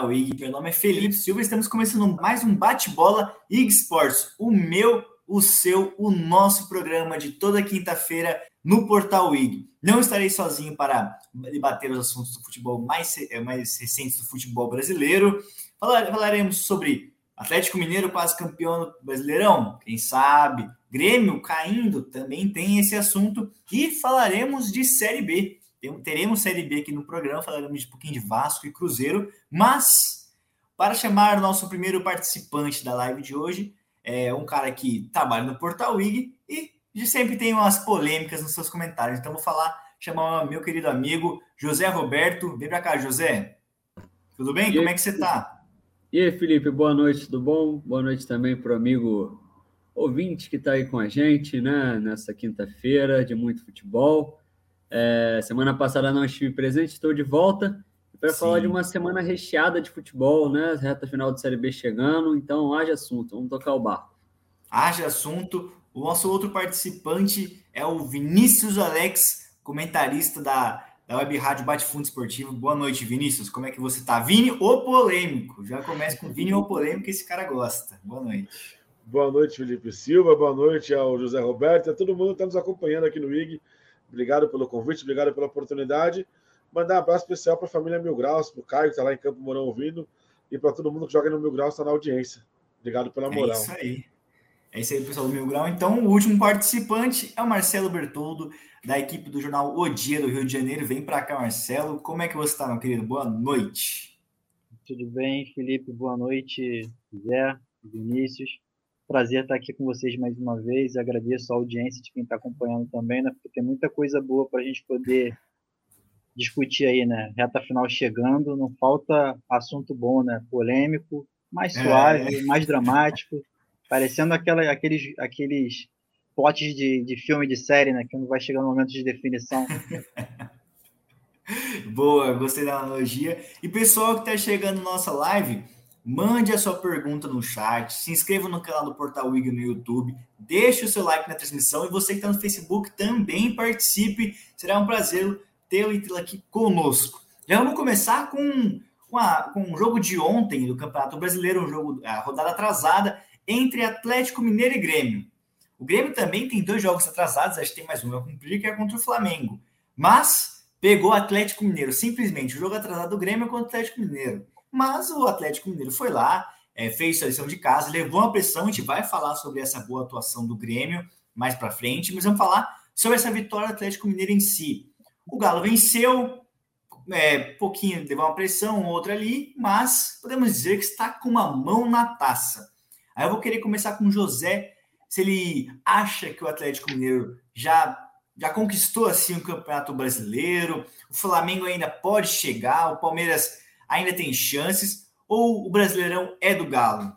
Portal IG. Meu nome é Felipe Silva e estamos começando mais um bate-bola IG Sports, o meu, o seu, o nosso programa de toda quinta-feira no Portal IG. Não estarei sozinho para debater os assuntos do futebol mais recentes do futebol brasileiro. Falaremos sobre Atlético Mineiro quase campeão do Brasileirão, quem sabe, Grêmio caindo, também tem esse assunto, e falaremos de Série B. Teremos Série B aqui no programa, falaremos um pouquinho de Vasco e Cruzeiro, mas para chamar o nosso primeiro participante da live de hoje, é um cara que trabalha no Portal IG e sempre tem umas polêmicas nos seus comentários, então vou chamar o meu querido amigo José Roberto. Vem para cá, José. Tudo bem? Como é que você está? E aí, Felipe, boa noite, tudo bom? Boa noite também para o amigo ouvinte que está aí com a gente, né, nessa quinta-feira de muito futebol. Semana passada não estive presente, estou de volta para falar de uma semana recheada de futebol, né? Reta final de Série B chegando, então haja assunto, vamos tocar o barco. Haja assunto. O nosso outro participante é o Vinícius Alex, comentarista da Web Rádio Bate Fundo Esportivo. Boa noite, Vinícius. Como é que você tá? Vini, o polêmico. Já começa com Vini, o polêmico, que esse cara gosta. Boa noite. Boa noite, Felipe Silva. Boa noite ao José Roberto. A todo mundo que está nos acompanhando aqui no IG. Obrigado pelo convite, obrigado pela oportunidade. Mandar um abraço especial para a família Mil Graus, para o Caio, que está lá em Campo Mourão ouvindo, e para todo mundo que joga no Mil Graus, está na audiência. Obrigado pela moral. É isso aí, pessoal do Mil Grau. Então, o último participante é o Marcelo Bertoldo, da equipe do jornal O Dia do Rio de Janeiro. Vem para cá, Marcelo. Como é que você está, meu querido? Boa noite. Tudo bem, Felipe? Boa noite, Zé, Vinícius. Prazer estar aqui com vocês mais uma vez. Agradeço a audiência de quem está acompanhando também, né? Porque tem muita coisa boa para a gente poder discutir aí, né? Reta final chegando, não falta assunto bom, né? Polêmico, mais suave, mais dramático, parecendo aqueles potes de filme de série, né? Que não vai chegar no momento de definição. Boa, gostei da analogia. E pessoal que está chegando na nossa live, mande a sua pergunta no chat, se inscreva no canal do Portal IG no YouTube, deixe o seu like na transmissão e você que está no Facebook também participe. Será um prazer tê-lo e tê-lo aqui conosco. Já vamos começar com um jogo de ontem do Campeonato Brasileiro, a rodada atrasada entre Atlético Mineiro e Grêmio. O Grêmio também tem 2 jogos atrasados, acho que tem mais um a cumprir, que é contra o Flamengo. Mas pegou o Atlético Mineiro, simplesmente o jogo atrasado do Grêmio é contra o Atlético Mineiro. Mas o Atlético Mineiro foi lá, fez sua lição de casa, levou uma pressão. A gente vai falar sobre essa boa atuação do Grêmio mais para frente, mas vamos falar sobre essa vitória do Atlético Mineiro em si. O Galo venceu, pouquinho, levou uma pressão, outra ali, mas podemos dizer que está com uma mão na taça. Aí eu vou querer começar com o José, se ele acha que o Atlético Mineiro já conquistou assim o Campeonato Brasileiro, o Flamengo ainda pode chegar, o Palmeiras ainda tem chances, ou o Brasileirão é do Galo?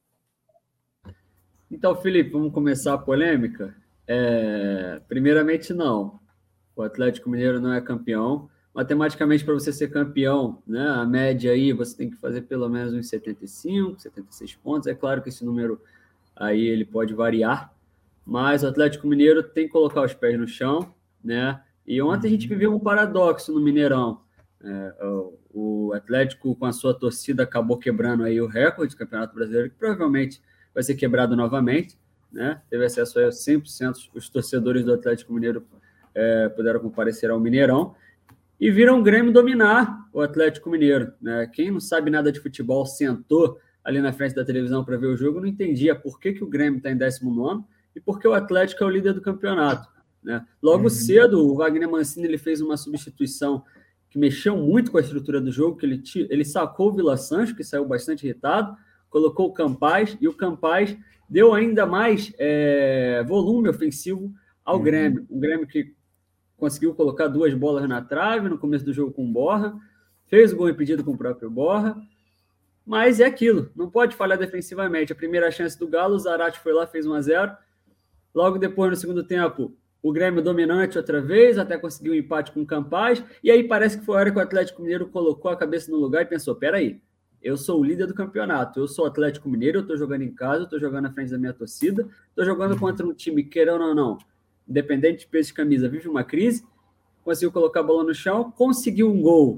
Então, Felipe, vamos começar a polêmica? Primeiramente, não. O Atlético Mineiro não é campeão. Matematicamente, para você ser campeão, né, a média aí, você tem que fazer pelo menos uns 75, 76 pontos. É claro que esse número aí ele pode variar, mas o Atlético Mineiro tem que colocar os pés no chão, né? E ontem a gente viveu um paradoxo no Mineirão. O Atlético, com a sua torcida, acabou quebrando aí o recorde do Campeonato Brasileiro, que provavelmente vai ser quebrado novamente, né? Teve acesso a 100%, os torcedores do Atlético Mineiro puderam comparecer ao Mineirão, e viram o Grêmio dominar o Atlético Mineiro, né? Quem não sabe nada de futebol sentou ali na frente da televisão para ver o jogo, não entendia por que o Grêmio está em 19º e por que o Atlético é o líder do campeonato, né? Logo cedo, o Wagner Mancini ele fez uma substituição que mexeu muito com a estrutura do jogo, que ele sacou o Vila Sancho, que saiu bastante irritado, colocou o Campaz, e o Campaz deu ainda mais volume ofensivo ao Grêmio. O Grêmio que conseguiu colocar 2 bolas na trave no começo do jogo com o Borja, fez o gol impedido com o próprio Borja, mas é aquilo, não pode falhar defensivamente. A primeira chance do Galo, o Zarate foi lá, fez 1-0, logo depois, no segundo tempo, o Grêmio dominante outra vez, até conseguiu um empate com o Campaz, e aí parece que foi a hora que o Atlético Mineiro colocou a cabeça no lugar e pensou, peraí, eu sou o líder do campeonato, eu sou o Atlético Mineiro, eu estou jogando em casa, eu estou jogando na frente da minha torcida, estou jogando contra um time, querendo ou não, independente de peso de camisa, vive uma crise, conseguiu colocar a bola no chão, conseguiu um gol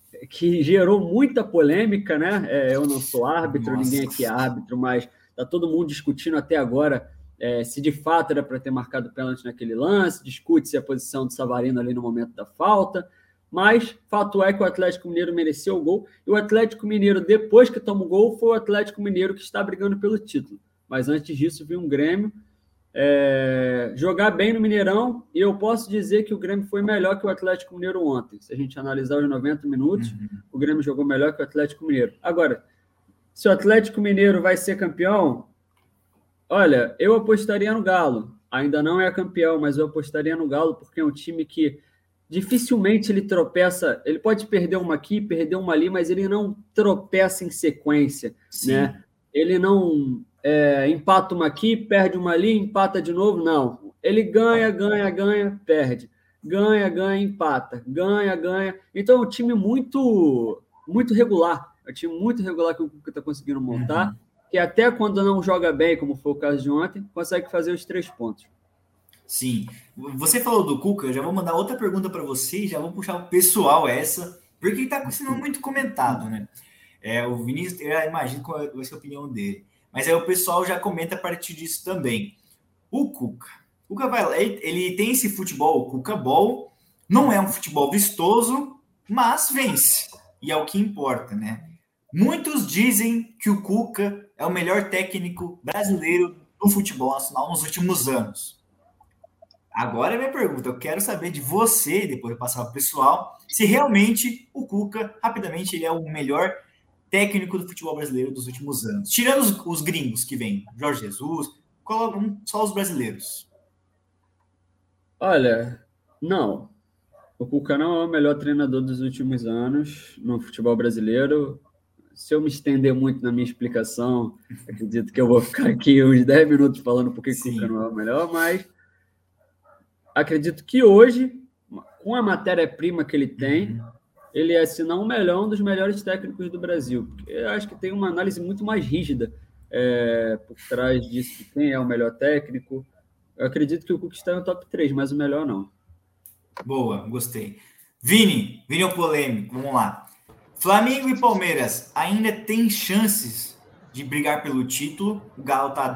que gerou muita polêmica, né? Eu não sou árbitro, Nossa. Ninguém aqui é árbitro, mas está todo mundo discutindo até agora se de fato era para ter marcado pênalti naquele lance, discute-se a posição do Savarino ali no momento da falta, mas fato é que o Atlético Mineiro mereceu o gol, e o Atlético Mineiro, depois que toma o gol, foi o Atlético Mineiro que está brigando pelo título. Mas antes disso, vi um Grêmio jogar bem no Mineirão, e eu posso dizer que o Grêmio foi melhor que o Atlético Mineiro ontem. Se a gente analisar os 90 minutos, o Grêmio jogou melhor que o Atlético Mineiro. Agora, se o Atlético Mineiro vai ser campeão, olha, eu apostaria no Galo. Ainda não é campeão, mas eu apostaria no Galo, porque é um time que dificilmente ele tropeça. Ele pode perder uma aqui, perder uma ali, mas ele não tropeça em sequência, né? Ele não empata uma aqui, perde uma ali, empata de novo, não. Ele ganha, perde. Ganha, empata. Ganha. Então é um time muito, muito regular. É um time muito regular que o Cuca está conseguindo montar, que até quando não joga bem, como foi o caso de ontem, consegue fazer os 3 pontos. Sim. Você falou do Cuca, eu já vou mandar outra pergunta para você e já vou puxar o pessoal essa, porque está sendo muito comentado, né? O Vinícius, eu imagino qual vai ser a opinião dele. Mas aí o pessoal já comenta a partir disso também. O Cuca ele tem esse futebol, o Cuca Ball, não é um futebol vistoso, mas vence. E é o que importa, né? Muitos dizem que o Cuca é o melhor técnico brasileiro do futebol nacional nos últimos anos. Agora é minha pergunta, eu quero saber de você, depois de passar para o pessoal, se realmente o Cuca, rapidamente, ele é o melhor técnico do futebol brasileiro dos últimos anos. Tirando os gringos que vêm, Jorge Jesus, colocam só os brasileiros. Olha, não. O Cuca não é o melhor treinador dos últimos anos no futebol brasileiro. Se eu me estender muito na minha explicação, acredito que eu vou ficar aqui uns 10 minutos falando por que o Cuca não é o melhor, mas acredito que hoje, com a matéria-prima que ele tem, ele é, se não o melhor, um dos melhores técnicos do Brasil. Porque eu acho que tem uma análise muito mais rígida por trás disso, de quem é o melhor técnico. Eu acredito que o Cuca está no top 3, mas o melhor não. Boa, gostei. Vini é o polêmico, vamos lá. Flamengo e Palmeiras ainda tem chances de brigar pelo título. O Galo está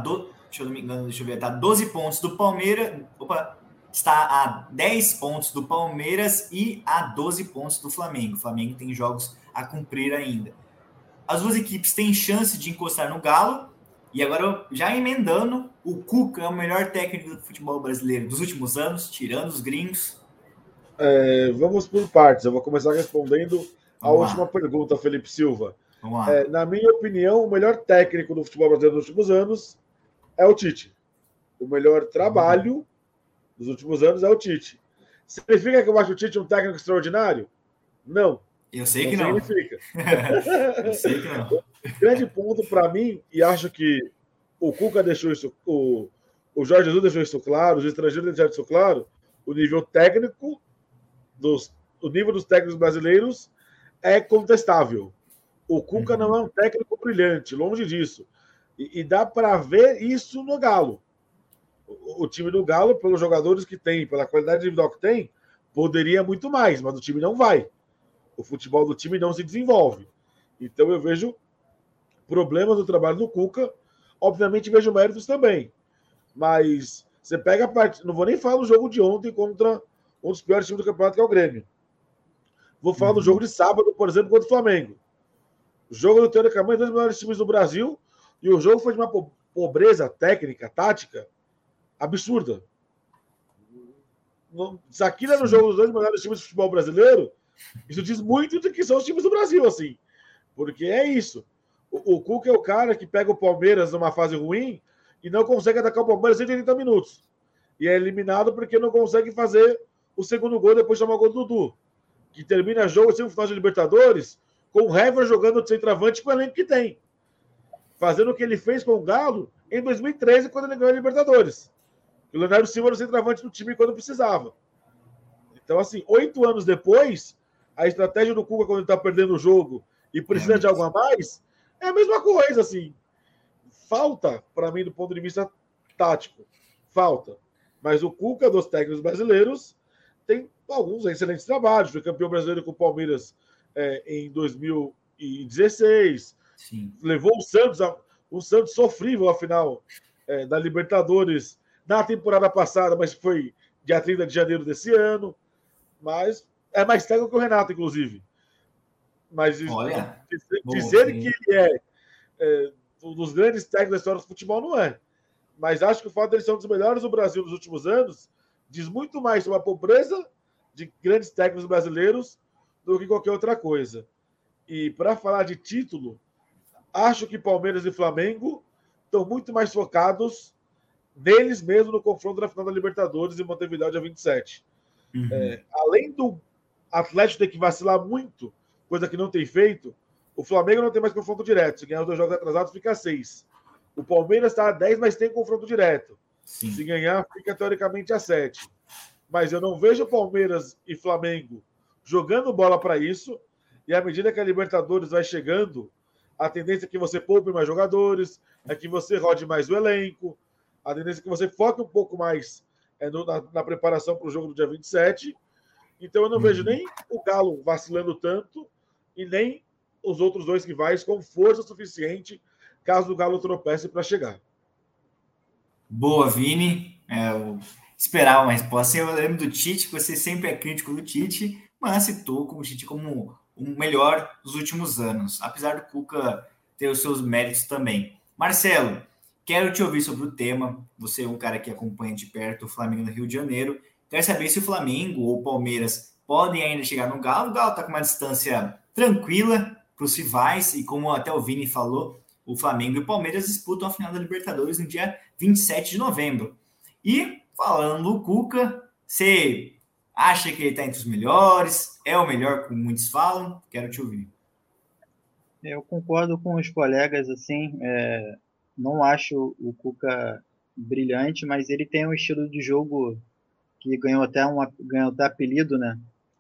tá 12 pontos do Palmeiras. Está a 10 pontos do Palmeiras e a 12 pontos do Flamengo. O Flamengo tem jogos a cumprir ainda. As duas equipes têm chance de encostar no Galo. E agora, já emendando, o Cuca é o melhor técnico do futebol brasileiro dos últimos anos, tirando os gringos. Vamos por partes. Eu vou começar respondendo a última pergunta, Felipe Silva. Na minha opinião, o melhor técnico do futebol brasileiro dos últimos anos é o Tite. O melhor trabalho dos últimos anos é o Tite. Significa que eu acho o Tite um técnico extraordinário? Não. Eu sei que não. Significa. Eu sei que não. O grande ponto para mim, e acho que o Cuca deixou isso, o Jorge Jesus deixou isso claro, os estrangeiros deixaram isso claro, o nível técnico, o nível dos técnicos brasileiros é contestável. O Cuca não é um técnico brilhante, longe disso. E dá para ver isso no Galo. O time do Galo, pelos jogadores que tem, pela qualidade individual que tem, poderia muito mais, mas o time não vai. O futebol do time não se desenvolve. Então eu vejo problemas no trabalho do Cuca. Obviamente vejo méritos também. Mas você pega a parte. Não vou nem falar do jogo de ontem contra um dos piores times do campeonato, que é o Grêmio. Vou falar do jogo de sábado, por exemplo, contra o Flamengo. O jogo, teoricamente, dos melhores times do Brasil. E o jogo foi de uma pobreza técnica, tática, absurda. Se aqui no jogo dos 2 melhores times do futebol brasileiro, isso diz muito do que são os times do Brasil, assim. Porque é isso. O Cuca é o cara que pega o Palmeiras numa fase ruim e não consegue atacar o Palmeiras em 180 minutos. E é eliminado porque não consegue fazer o segundo gol depois de tomar o gol do Dudu. Que termina jogo sem um final de Libertadores com o Hever jogando de centroavante com o elenco que tem. Fazendo o que ele fez com o Galo em 2013, quando ele ganhou a Libertadores. O Leonardo Silva era o centroavante do time quando precisava. Então, assim, 8 anos depois, a estratégia do Cuca, quando ele está perdendo o jogo e precisa de algo a mais, é a mesma coisa, assim. Falta, para mim, do ponto de vista tático. Falta. Mas o Cuca, dos técnicos brasileiros, tem alguns excelentes trabalhos. Foi campeão brasileiro com o Palmeiras em 2016. Sim. Levou o Santos sofrível à final da Libertadores na temporada passada, mas foi dia 30 de janeiro desse ano. Mas é mais técnico que o Renato, inclusive. Mas Olha, dizer que ele é um dos grandes técnicos da história do futebol não é. Mas acho que o fato de ele ser um dos melhores do Brasil nos últimos anos diz muito mais sobre a pobreza de grandes técnicos brasileiros do que qualquer outra coisa. E para falar de título, acho que Palmeiras e Flamengo estão muito mais focados neles mesmos no confronto da final da Libertadores em Montevidéu, dia 27. Uhum. Além do Atlético ter que vacilar muito, coisa que não tem feito, o Flamengo não tem mais confronto direto. Se ganhar os 2 jogos atrasados, fica a 6. O Palmeiras está a 10, mas tem confronto direto. Sim. Se ganhar, fica teoricamente a 7. Mas eu não vejo Palmeiras e Flamengo jogando bola para isso. E à medida que a Libertadores vai chegando, a tendência é que você poupe mais jogadores, é que você rode mais o elenco, a tendência é que você foque um pouco mais na preparação para o jogo do dia 27. Então eu não vejo nem o Galo vacilando tanto e nem os outros 2 rivais com força suficiente caso o Galo tropece para chegar. Boa, Vini. Eu esperava uma resposta. Eu lembro do Tite, que você sempre é crítico do Tite, mas citou o Tite como o melhor dos últimos anos, apesar do Cuca ter os seus méritos também. Marcelo, quero te ouvir sobre o tema. Você é um cara que acompanha de perto o Flamengo no Rio de Janeiro. Quero saber se o Flamengo ou o Palmeiras podem ainda chegar no Galo. O Galo está com uma distância tranquila para os rivais e, como até o Vini falou, o Flamengo e o Palmeiras disputam a final da Libertadores no dia 27 de novembro. E, falando do Cuca, você acha que ele está entre os melhores? É o melhor, como muitos falam? Quero te ouvir. Eu concordo com os colegas, assim, não acho o Cuca brilhante, mas ele tem um estilo de jogo que ganhou até apelido, né?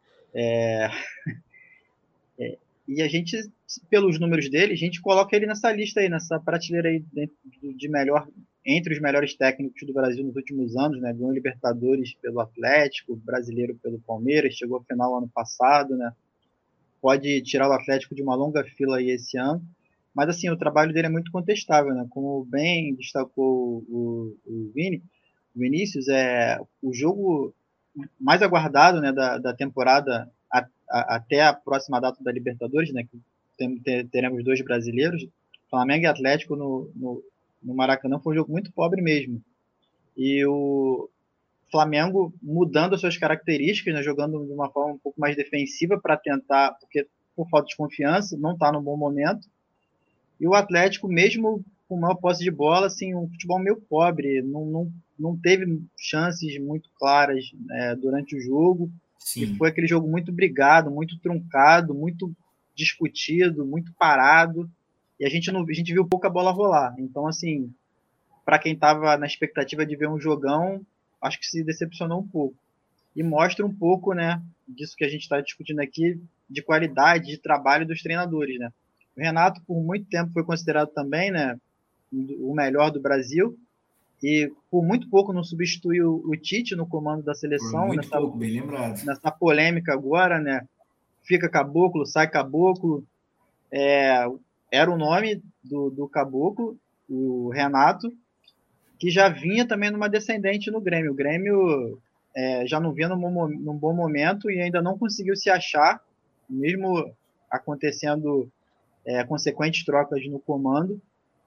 E a gente, pelos números dele, a gente coloca ele nessa lista aí, nessa prateleira aí entre os melhores técnicos do Brasil nos últimos anos, né? Ganhou Libertadores pelo Atlético, brasileiro pelo Palmeiras, chegou à final ano passado, né? Pode tirar o Atlético de uma longa fila aí esse ano, mas assim, o trabalho dele é muito contestável, né? Como bem destacou o Vinícius, o jogo mais aguardado, né, da temporada até a próxima data da Libertadores, né, que teremos 2 brasileiros, Flamengo e Atlético no Maracanã, foi um jogo muito pobre mesmo. E o Flamengo mudando as suas características, né, jogando de uma forma um pouco mais defensiva para tentar, porque por falta de confiança, não está num bom momento. E o Atlético, mesmo com maior posse de bola, assim, um futebol meio pobre, não teve chances muito claras durante o jogo. Sim. E foi aquele jogo muito brigado, muito truncado, muito discutido, muito parado. E a gente viu pouca bola rolar. Então, assim, para quem estava na expectativa de ver um jogão, acho que se decepcionou um pouco. E mostra um pouco, né, disso que a gente está discutindo aqui, de qualidade de trabalho dos treinadores, né? O Renato, por muito tempo, foi considerado também, né, o melhor do Brasil, e por muito pouco não substituiu o Tite no comando da seleção. Por muito pouco, bem lembrado. Nessa polêmica agora, né? Fica Caboclo, sai Caboclo. Era o nome do Caboclo, o Renato, que já vinha também numa descendente no Grêmio. O Grêmio já não vinha num bom momento e ainda não conseguiu se achar, mesmo acontecendo consequentes trocas no comando.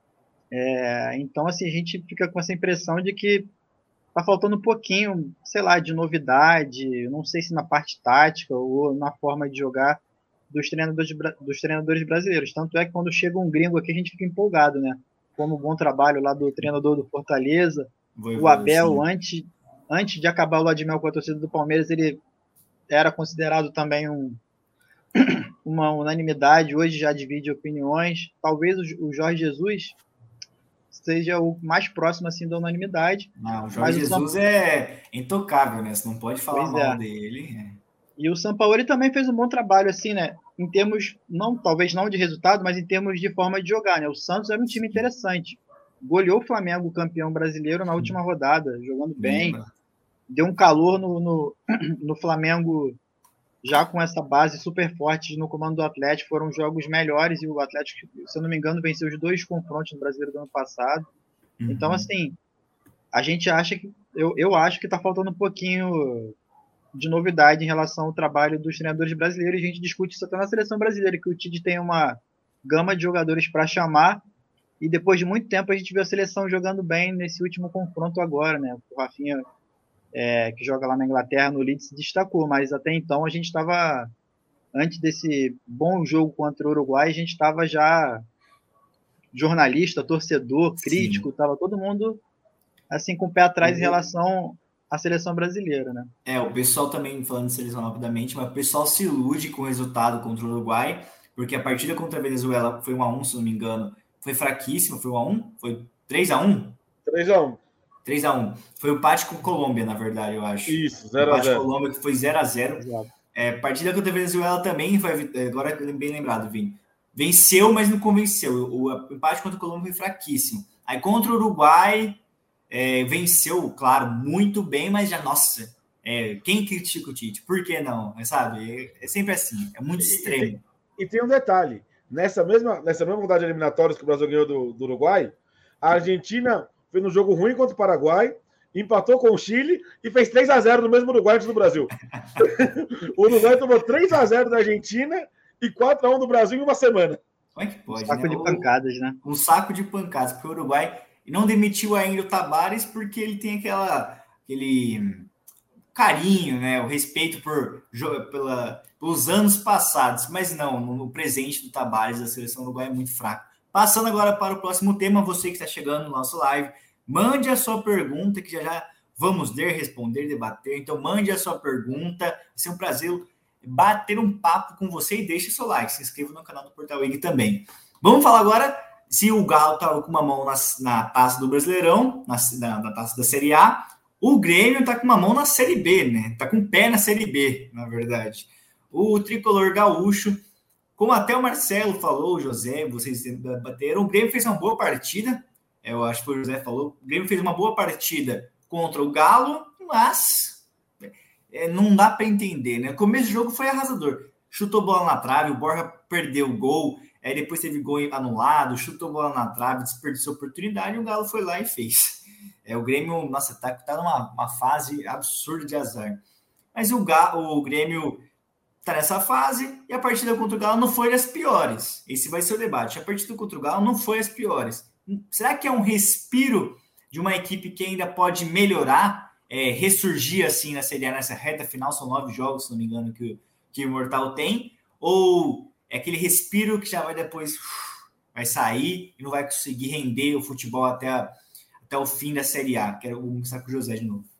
Então, assim, a gente fica com essa impressão de que tá faltando um pouquinho, sei lá, de novidade, não sei se na parte tática ou na forma de jogar dos treinadores brasileiros. Tanto é que quando chega um gringo aqui, a gente fica empolgado, né? Como o bom trabalho lá do treinador do Fortaleza, o Abel, antes de acabar o lua de mel com a torcida do Palmeiras, ele era considerado também uma unanimidade, hoje já divide opiniões. Talvez o Jorge Jesus seja o mais próximo assim da unanimidade. Não, o Jorge Jesus é intocável, né? Você não pode falar mal dele. E o Sampaoli também fez um bom trabalho, assim, né? Em termos, talvez não de resultado, mas em termos de forma de jogar, né? O Santos era um time interessante. Goleou o Flamengo, campeão brasileiro, na última rodada, jogando bem. Deu um calor no Flamengo já com essa base super forte no comando do Atlético, foram jogos melhores, e o Atlético, se eu não me engano, venceu os 2 confrontos no Brasileiro do ano passado. Então, assim, a gente acha que, eu acho que está faltando um pouquinho de novidade em relação ao trabalho dos treinadores brasileiros. A gente discute isso até na seleção brasileira, que o Tite tem uma gama de jogadores para chamar, e depois de muito tempo a gente viu a seleção jogando bem nesse último confronto agora, né? O Rafinha, que joga lá na Inglaterra, no Leeds, se destacou, mas até então a gente estava, antes desse bom jogo contra o Uruguai, a gente estava já jornalista, torcedor, crítico, estava todo mundo assim com o pé atrás em relação à seleção brasileira, né? O pessoal também, falando de seleção rapidamente, mas o pessoal se ilude com o resultado contra o Uruguai, porque a partida contra a Venezuela foi 1-1, se não me engano, foi fraquíssimo, foi 1-1? Foi 3-1? 3-1. 3-1. Foi o empate com a Colômbia, na verdade, eu acho. Isso, 0-0. O empate com a Colômbia, que foi 0-0. Partida contra a Venezuela também, foi, agora bem lembrado, Vini. Venceu, mas não convenceu. O empate contra a Colômbia foi fraquíssimo. Aí contra o Uruguai, venceu, claro, muito bem, mas já, nossa, quem critica o Tite? Por que não? Sabe? É sempre assim, é muito extremo. E tem um detalhe, nessa mesma rodada de eliminatórias que o Brasil ganhou do Uruguai, a Argentina fez um jogo ruim contra o Paraguai, empatou com o Chile e fez 3-0 no mesmo Uruguai antes do Brasil. O Uruguai tomou 3-0 da Argentina e 4-1 do Brasil em uma semana. Como é que pode, um saco de pancadas, né? Um saco de pancadas, porque o Uruguai não demitiu ainda o Tabárez porque ele tem aquele carinho, né? O respeito pelos anos passados, mas não, no presente do Tabárez, a seleção do Uruguai é muito fraca. Passando agora para o próximo tema, você que está chegando no nosso live, mande a sua pergunta, que já vamos ler, responder, debater. Então, mande a sua pergunta. Vai ser um prazer bater um papo com você e deixe seu like. Se inscreva no canal do Portal IG também. Vamos falar agora se o Galo estava com uma mão na taça do Brasileirão, na taça da Série A. O Grêmio está com uma mão na Série B, né? Está com o pé na Série B, na verdade. O tricolor gaúcho, como até o Marcelo falou, o José, vocês debateram, o Grêmio fez uma boa partida. Eu acho que o José falou. O Grêmio fez uma boa partida contra o Galo, mas não dá para entender, né? O começo do jogo foi arrasador. Chutou bola na trave, o Borja perdeu o gol, depois teve gol anulado, chutou bola na trave, desperdiçou oportunidade e o Galo foi lá e fez. O Grêmio, nossa, tá numa fase absurda de azar. Mas o Grêmio tá nessa fase e a partida contra o Galo não foi das piores. Esse vai ser o debate. A partida contra o Galo não foi as piores. Será que é um respiro de uma equipe que ainda pode melhorar, ressurgir assim na Série A, nessa reta final? São 9 jogos, se não me engano, que o Imortal tem. Ou é aquele respiro que já vai depois vai sair e não vai conseguir render o futebol até o fim da Série A? Quero começar com o José de novo.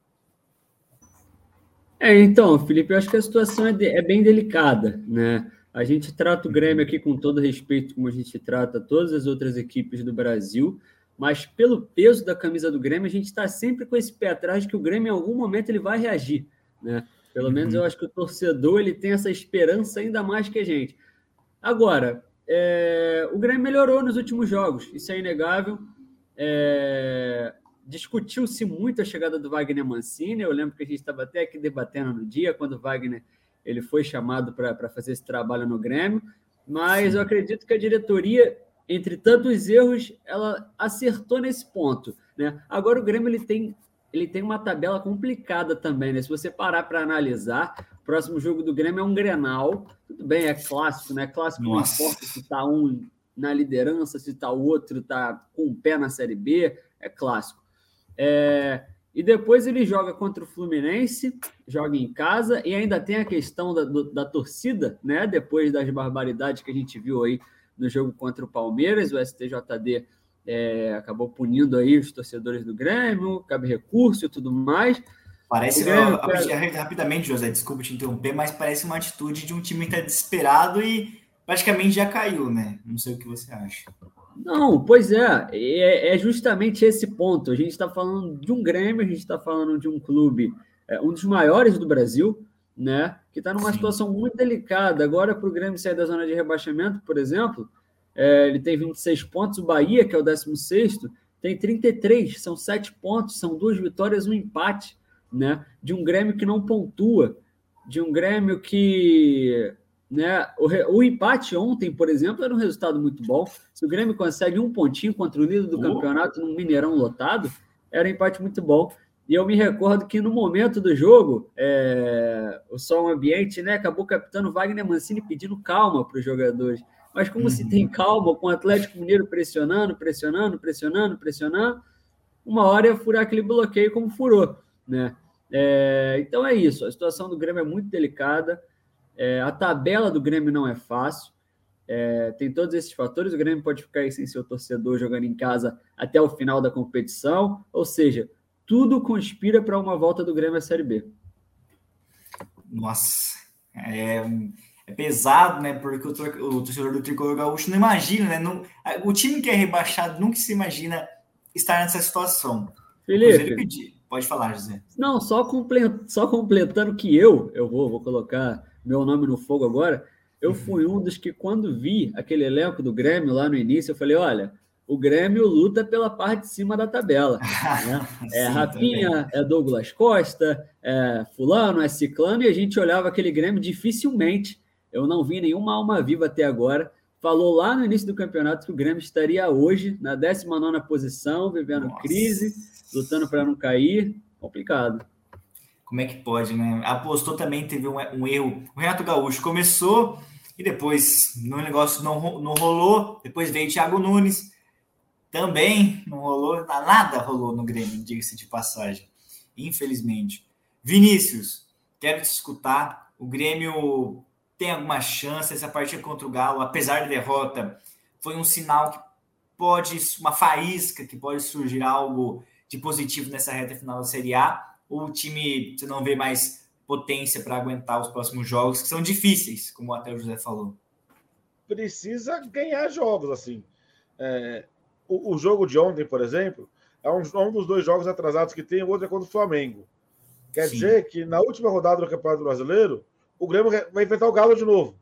Então, Felipe, eu acho que a situação é bem delicada, né? A gente trata o Grêmio aqui com todo respeito, como a gente trata todas as outras equipes do Brasil, mas pelo peso da camisa do Grêmio, a gente está sempre com esse pé atrás de que o Grêmio, em algum momento, ele vai reagir, né? Pelo menos eu acho que o torcedor ele tem essa esperança ainda mais que a gente. Agora, o Grêmio melhorou nos últimos jogos, isso é inegável. Discutiu-se muito a chegada do Wagner Mancini. Eu lembro que a gente estava até aqui debatendo no dia, quando o Wagner ele foi chamado para fazer esse trabalho no Grêmio, mas eu acredito que a diretoria, entre tantos erros, ela acertou nesse ponto, né? Agora o Grêmio ele tem uma tabela complicada também, né? Se você parar para analisar, o próximo jogo do Grêmio é um Grenal. Tudo bem, é clássico, né? Clássico não importa se está um na liderança, se está o outro está com o pé na Série B, é clássico. E depois ele joga contra o Fluminense, joga em casa, e ainda tem a questão da torcida, né? Depois das barbaridades que a gente viu aí no jogo contra o Palmeiras, o STJD acabou punindo aí os torcedores do Grêmio, cabe recurso e tudo mais. Parece, rapidamente, José, desculpa te interromper, mas parece uma atitude de um time que está desesperado e praticamente já caiu, né? Não sei o que você acha. Não, pois é justamente esse ponto. A gente está falando de um Grêmio, a gente está falando de um clube, um dos maiores do Brasil, né? Que está numa situação muito delicada. Agora, para o Grêmio sair da zona de rebaixamento, por exemplo, ele tem 26 pontos, o Bahia, que é o 16º, tem 33, são 7 pontos, são 2 vitórias, um empate, né? De um Grêmio que não pontua. de um Grêmio que, né, o empate ontem, por exemplo, era um resultado muito bom. Se o Grêmio consegue um pontinho contra o líder do campeonato num Mineirão lotado, era um empate muito bom. E eu me recordo que no momento do jogo, o som ambiente, né, acabou capitando Wagner Mancini pedindo calma para os jogadores. Mas como se tem calma com o Atlético Mineiro pressionando, uma hora ia furar aquele bloqueio como furou, né? Então é isso, a situação do Grêmio é muito delicada, a tabela do Grêmio não é fácil, tem todos esses fatores, o Grêmio pode ficar aí sem seu torcedor jogando em casa até o final da competição, ou seja, tudo conspira para uma volta do Grêmio à Série B. Nossa, é pesado, né? Porque o torcedor do Tricolor Gaúcho não imagina, né? Não, o time que é rebaixado nunca se imagina estar nessa situação. Felipe, pode falar, José. Não, só completando que eu vou colocar meu nome no fogo agora, eu fui um dos que, quando vi aquele elenco do Grêmio lá no início, eu falei, olha, o Grêmio luta pela parte de cima da tabela. Né? Sim, Rafinha, Douglas Costa, fulano, ciclano, e a gente olhava aquele Grêmio dificilmente. Eu não vi nenhuma alma viva até agora. Falou lá no início do campeonato que o Grêmio estaria hoje na 19ª posição, vivendo crise, lutando para não cair. Complicado. Como é que pode, né? Apostou também, teve um erro. O Renato Gaúcho começou e depois o negócio não rolou. Depois veio o Thiago Nunes. Também não rolou. Nada rolou no Grêmio, diga-se de passagem. Infelizmente. Vinícius, quero te escutar. O Grêmio tem alguma chance? Essa partida contra o Galo, apesar da derrota, foi um sinal que uma faísca, que pode surgir algo de positivo nessa reta final da Série A? Ou o time, você não vê mais potência para aguentar os próximos jogos, que são difíceis, como até o José falou? Precisa ganhar jogos, assim. O jogo de ontem, por exemplo, é um dos 2 jogos atrasados que tem, o outro é contra o Flamengo. Quer dizer que na última rodada do Campeonato Brasileiro, o Grêmio vai enfrentar o Galo de novo.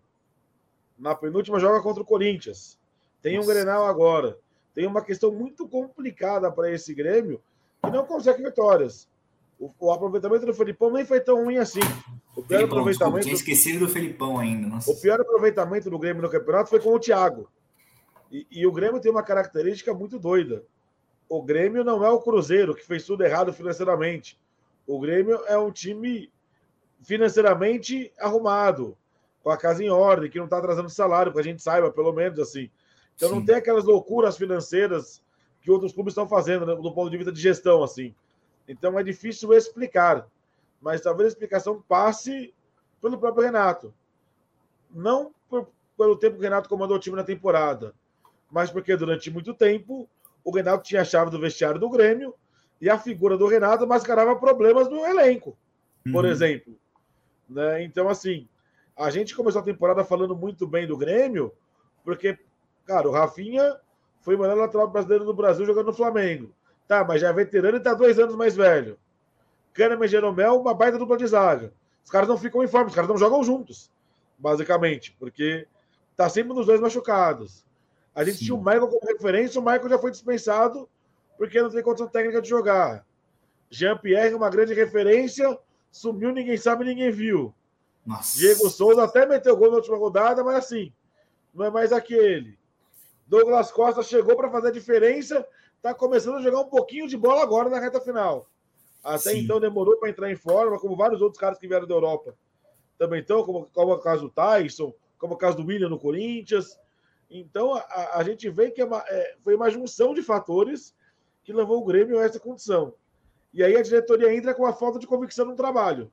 Na penúltima joga contra o Corinthians. Tem um Grenal agora. Tem uma questão muito complicada para esse Grêmio que não consegue vitórias. O aproveitamento do Felipão nem foi tão ruim assim. O pior aproveitamento... tinha esquecido do Felipão ainda. Nossa. O pior aproveitamento do Grêmio no campeonato foi com o Thiago. E o Grêmio tem uma característica muito doida. O Grêmio não é o Cruzeiro, que fez tudo errado financeiramente. O Grêmio é um time financeiramente arrumado, com a casa em ordem, que não está atrasando salário, que a gente saiba, pelo menos assim. Então não tem aquelas loucuras financeiras que outros clubes estão fazendo, né, do ponto de vista de gestão, assim. Então é difícil explicar, mas talvez a explicação passe pelo próprio Renato. Não pelo tempo que o Renato comandou o time na temporada, mas porque durante muito tempo o Renato tinha a chave do vestiário do Grêmio e a figura do Renato mascarava problemas no elenco, por exemplo. Né? Então, assim, a gente começou a temporada falando muito bem do Grêmio, porque, cara, o Rafinha foi o melhor lateral brasileiro do Brasil jogando no Flamengo. Tá, mas já é veterano e tá 2 anos mais velho. Kahneman e Jeromel, uma baita dupla de zaga. Os caras não ficam em forma, os caras não jogam juntos, basicamente, porque tá sempre nos 2 machucados. A gente tinha o Michael como referência, o Michael já foi dispensado porque não tem condição técnica de jogar. Jean-Pierre, uma grande referência, sumiu, ninguém sabe, ninguém viu. Nossa. Diego Souza até meteu gol na última rodada, mas assim, não é mais aquele. Douglas Costa chegou para fazer a diferença, está começando a jogar um pouquinho de bola agora na reta final. Até então demorou para entrar em forma, como vários outros caras que vieram da Europa. Também estão, como o caso do Tyson, como o caso do William no Corinthians. Então, a gente vê que foi uma junção de fatores que levou o Grêmio a essa condição. E aí a diretoria entra com a falta de convicção no trabalho.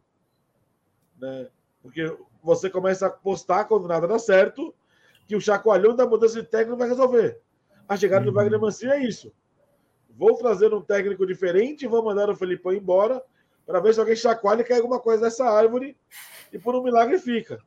Né? Porque você começa a apostar quando nada dá certo, que o chacoalhão da mudança de técnico vai resolver. A chegada do Wagner Mancini é isso. Vou trazer um técnico diferente, vou mandar o Felipão embora, para ver se alguém chacoalha e cai alguma coisa dessa árvore, e por um milagre fica.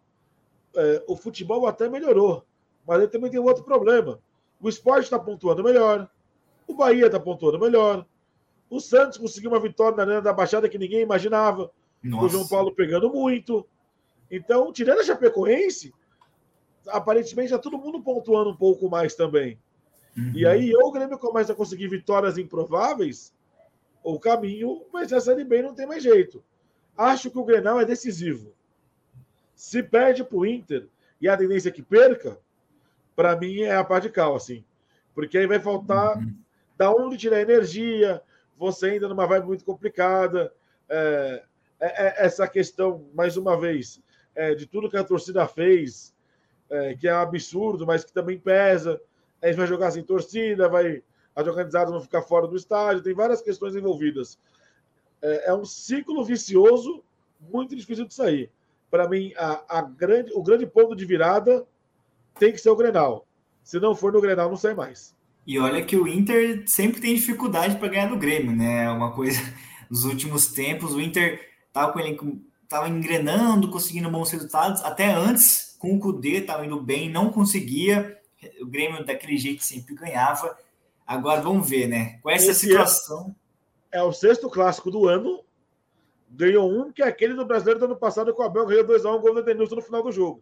O futebol até melhorou, mas ele também tem um outro problema. O Sport está pontuando melhor, o Bahia está pontuando melhor, o Santos conseguiu uma vitória na Arena da Baixada que ninguém imaginava, o João Paulo pegando muito. Então, tirando a Chapecoense, aparentemente está todo mundo pontuando um pouco mais também. E aí, ou o Grêmio começa a conseguir vitórias improváveis, ou o caminho vai ser a Série B, não tem mais jeito. Acho que o Grenal é decisivo. Se perde para o Inter e a tendência é que perca, para mim é a pá de cal, assim. Porque aí vai faltar da onde tirar energia, você ainda numa vibe muito complicada. Essa questão, mais uma vez, de tudo que a torcida fez, que é um absurdo, mas que também pesa. A gente vai jogar sem torcida, as organizadas vão ficar fora do estádio, tem várias questões envolvidas. É um ciclo vicioso muito difícil de sair. Para mim, o grande ponto de virada tem que ser o Grenal. Se não for no Grenal, não sai mais. E olha que o Inter sempre tem dificuldade para ganhar do Grêmio, né? Uma coisa, nos últimos tempos, o Inter estava engrenando, conseguindo bons resultados, até antes, com o Kudê, estava indo bem, não conseguia, o Grêmio daquele jeito sempre ganhava. Agora vamos ver, né? Com essa situação... É o 6º clássico do ano, ganhou um, que é aquele do Brasileiro do ano passado, com o Abel ganhou 2-1, gol do Edenilson no final do jogo.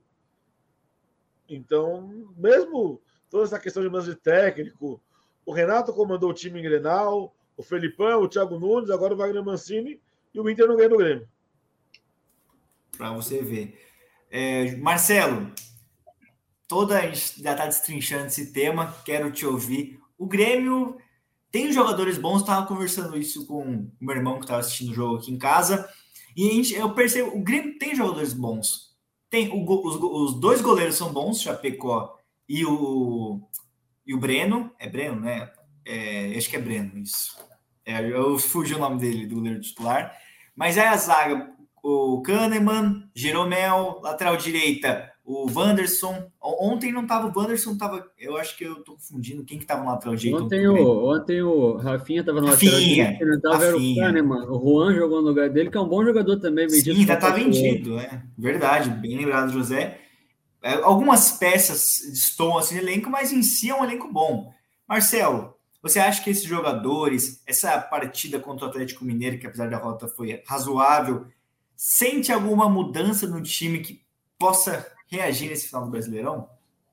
Então, mesmo toda essa questão de mudança de técnico, o Renato comandou o time em Grenal, o Felipão, o Thiago Nunes, agora o Wagner Mancini, e o Inter não ganha no Grêmio. Para você ver. Marcelo, a gente já está destrinchando esse tema, quero te ouvir. O Grêmio tem jogadores bons, estava conversando isso com o meu irmão que estava assistindo o jogo aqui em casa, e eu percebo, o Grêmio tem jogadores bons. Tem os 2 goleiros são bons, Chapecó e o Breno. É Breno, né? Acho que é Breno, isso. Eu fugi o nome dele, do goleiro titular. Mas aí a zaga, o Kahneman, Jeromel, lateral direita, o Wanderson. Ontem não estava o Wanderson, eu acho que eu estou confundindo quem que estava no lateral direito. Ontem o Rafinha estava no lateral direito, não estava, era o Kahneman. O Juan jogou no lugar dele, que é um bom jogador também. Sim, ainda está vendido, verdade, bem lembrado, José. Algumas peças estão assim no elenco, mas em si é um elenco bom. Marcelo, você acha que esses jogadores, essa partida contra o Atlético Mineiro, que apesar da rota foi razoável, sente alguma mudança no time que possa reagir nesse final do Brasileirão?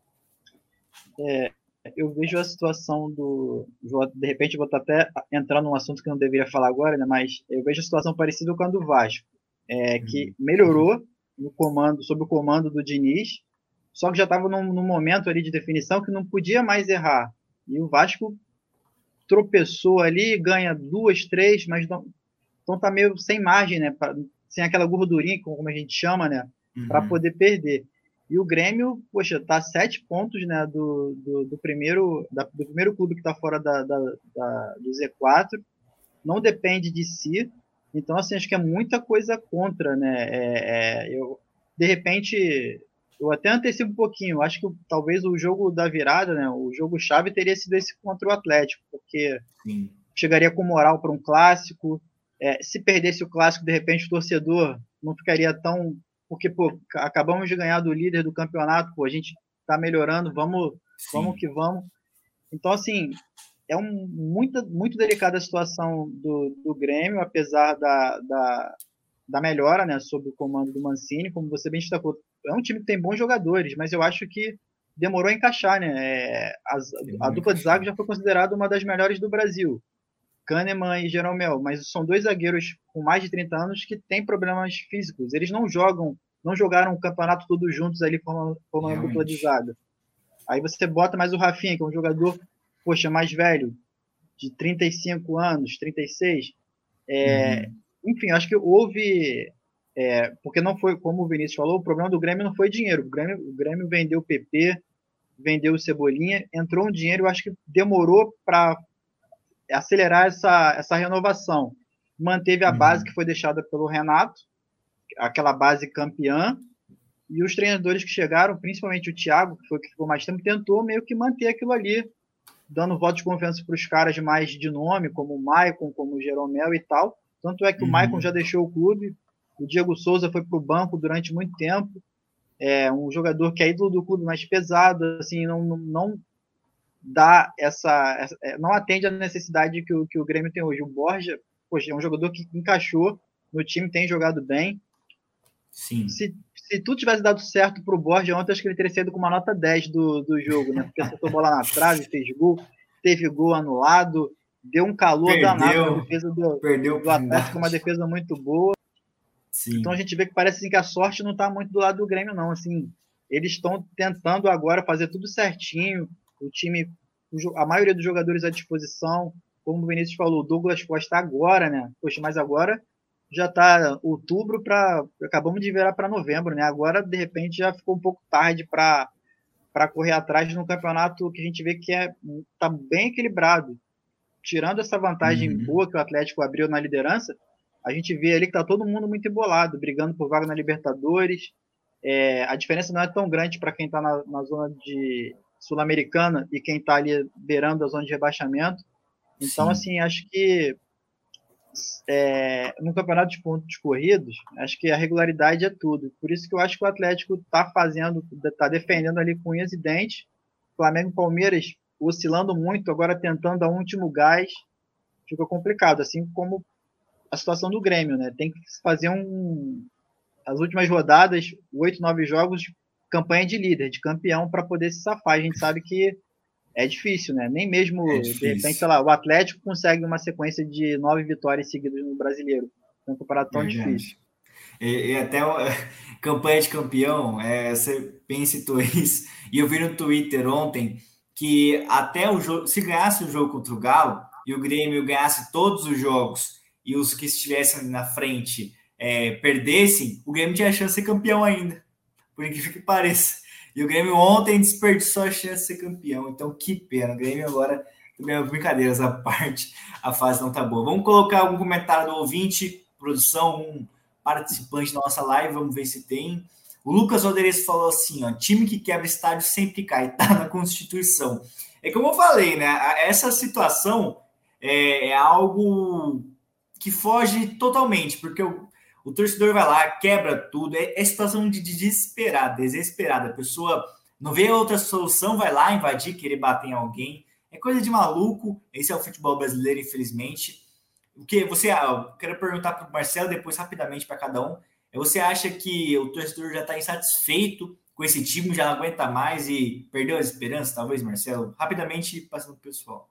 Eu vejo a situação de repente, vou até entrar num assunto que eu não deveria falar agora, né? Mas eu vejo a situação parecida com a do Vasco, que melhorou sob o comando do Diniz, só que já estava num momento ali de definição que não podia mais errar. E o Vasco tropeçou ali, ganha 2, 3, mas então tá meio sem margem, né? Sem aquela gordurinha, como a gente chama, né? Para poder perder. E o Grêmio, poxa, tá 7 pontos, né, do primeiro clube que está fora do Z4, não depende de si. Então, assim, acho que é muita coisa contra, né? De repente, eu até antecipo um pouquinho. Acho que talvez o jogo da virada, né, o jogo-chave teria sido esse contra o Atlético, porque chegaria com moral para um clássico. Se perdesse o clássico, de repente, o torcedor não ficaria tão... Porque, acabamos de ganhar do líder do campeonato, a gente está melhorando, vamos que vamos. Então, assim, é muito delicada a situação do Grêmio, apesar da melhora, né, sob o comando do Mancini, como você bem destacou. É um time que tem bons jogadores, mas eu acho que demorou a encaixar, né? A dupla de zaga já foi considerada uma das melhores do Brasil. Kahneman e Jeromel, mas são 2 zagueiros com mais de 30 anos que têm problemas físicos. Eles não jogaram o campeonato todos juntos ali formando uma dupla de zaga. Aí você bota mais o Rafinha, que é um jogador, mais velho, de 35 anos, 36. Enfim, acho que houve... porque não foi, como o Vinícius falou, o problema do Grêmio não foi dinheiro. O Grêmio vendeu o PP, vendeu o Cebolinha, entrou um dinheiro, eu acho que demorou para acelerar essa renovação. Manteve a base que foi deixada pelo Renato, aquela base campeã, e os treinadores que chegaram, principalmente o Thiago, que foi que ficou mais tempo, tentou meio que manter aquilo ali, dando voto de confiança para os caras mais de nome, como o Maicon, como o Jeromel e tal. Tanto é que o Maicon já deixou o clube, o Diego Souza foi para o banco durante muito tempo, um jogador que é ídolo do clube, mais pesado, assim, não dá não atende à necessidade que o Grêmio tem hoje. O Borja, é um jogador que encaixou no time, tem jogado bem. Sim. Se tudo tivesse dado certo pro Borja ontem, acho que ele teria saído com uma nota 10 do jogo, né? Porque acertou bola na trave, fez gol, teve gol anulado, deu um calor danado na defesa do Atlético, uma defesa muito boa. Sim. Então a gente vê que parece assim, que a sorte não está muito do lado do Grêmio, não. Assim, eles estão tentando agora fazer tudo certinho, o time, a maioria dos jogadores à disposição, como o Vinícius falou, o Douglas Costa agora, né? Poxa, mas agora já está outubro acabamos de virar para novembro, né? Agora, de repente, já ficou um pouco tarde para correr atrás num campeonato que a gente vê que tá bem equilibrado. Tirando essa vantagem boa que o Atlético abriu na liderança, a gente vê ali que tá todo mundo muito embolado, brigando por vaga na Libertadores. A diferença não é tão grande para quem está na zona de Sul-Americana e quem está ali beirando a zona de rebaixamento. Então, assim, acho que no campeonato de pontos corridos, acho que a regularidade é tudo. Por isso que eu acho que o Atlético está defendendo ali com unhas e dentes. Flamengo e Palmeiras oscilando muito, agora tentando dar um último gás, fica complicado, assim como a situação do Grêmio, né? Tem que fazer as últimas rodadas, 8, 9 jogos, campanha de líder, de campeão, para poder se safar. A gente sabe que é difícil, né? Nem mesmo, de repente, sei lá, o Atlético consegue uma sequência de 9 vitórias seguidas no Brasileiro. É um campeonato tão difícil. E até campanha de campeão, você bem citou isso, e eu vi no Twitter ontem que até o jogo, se ganhasse o jogo contra o Galo e o Grêmio ganhasse todos os jogos e os que estivessem na frente perdessem, o Grêmio tinha a chance de ser campeão ainda, por incrível que pareça. E o Grêmio ontem desperdiçou a chance de ser campeão. Então, que pena. O Grêmio agora, brincadeiras à parte, a fase não tá boa. Vamos colocar algum comentário do ouvinte, produção, um participante da nossa live, vamos ver se tem. O Lucas Oderes falou assim, ó, time que quebra estádio sempre cai, tá na Constituição. É como eu falei, né? Essa situação é algo que foge totalmente, porque o torcedor vai lá, quebra tudo, é situação de desesperada. A pessoa não vê outra solução, vai lá invadir, querer bater em alguém. É coisa de maluco, esse é o futebol brasileiro, infelizmente. O que eu quero perguntar para o Marcelo, depois rapidamente para cada um. Você acha que o torcedor já está insatisfeito com esse time, já não aguenta mais e perdeu as esperanças, talvez, Marcelo? Rapidamente, passando para o pessoal.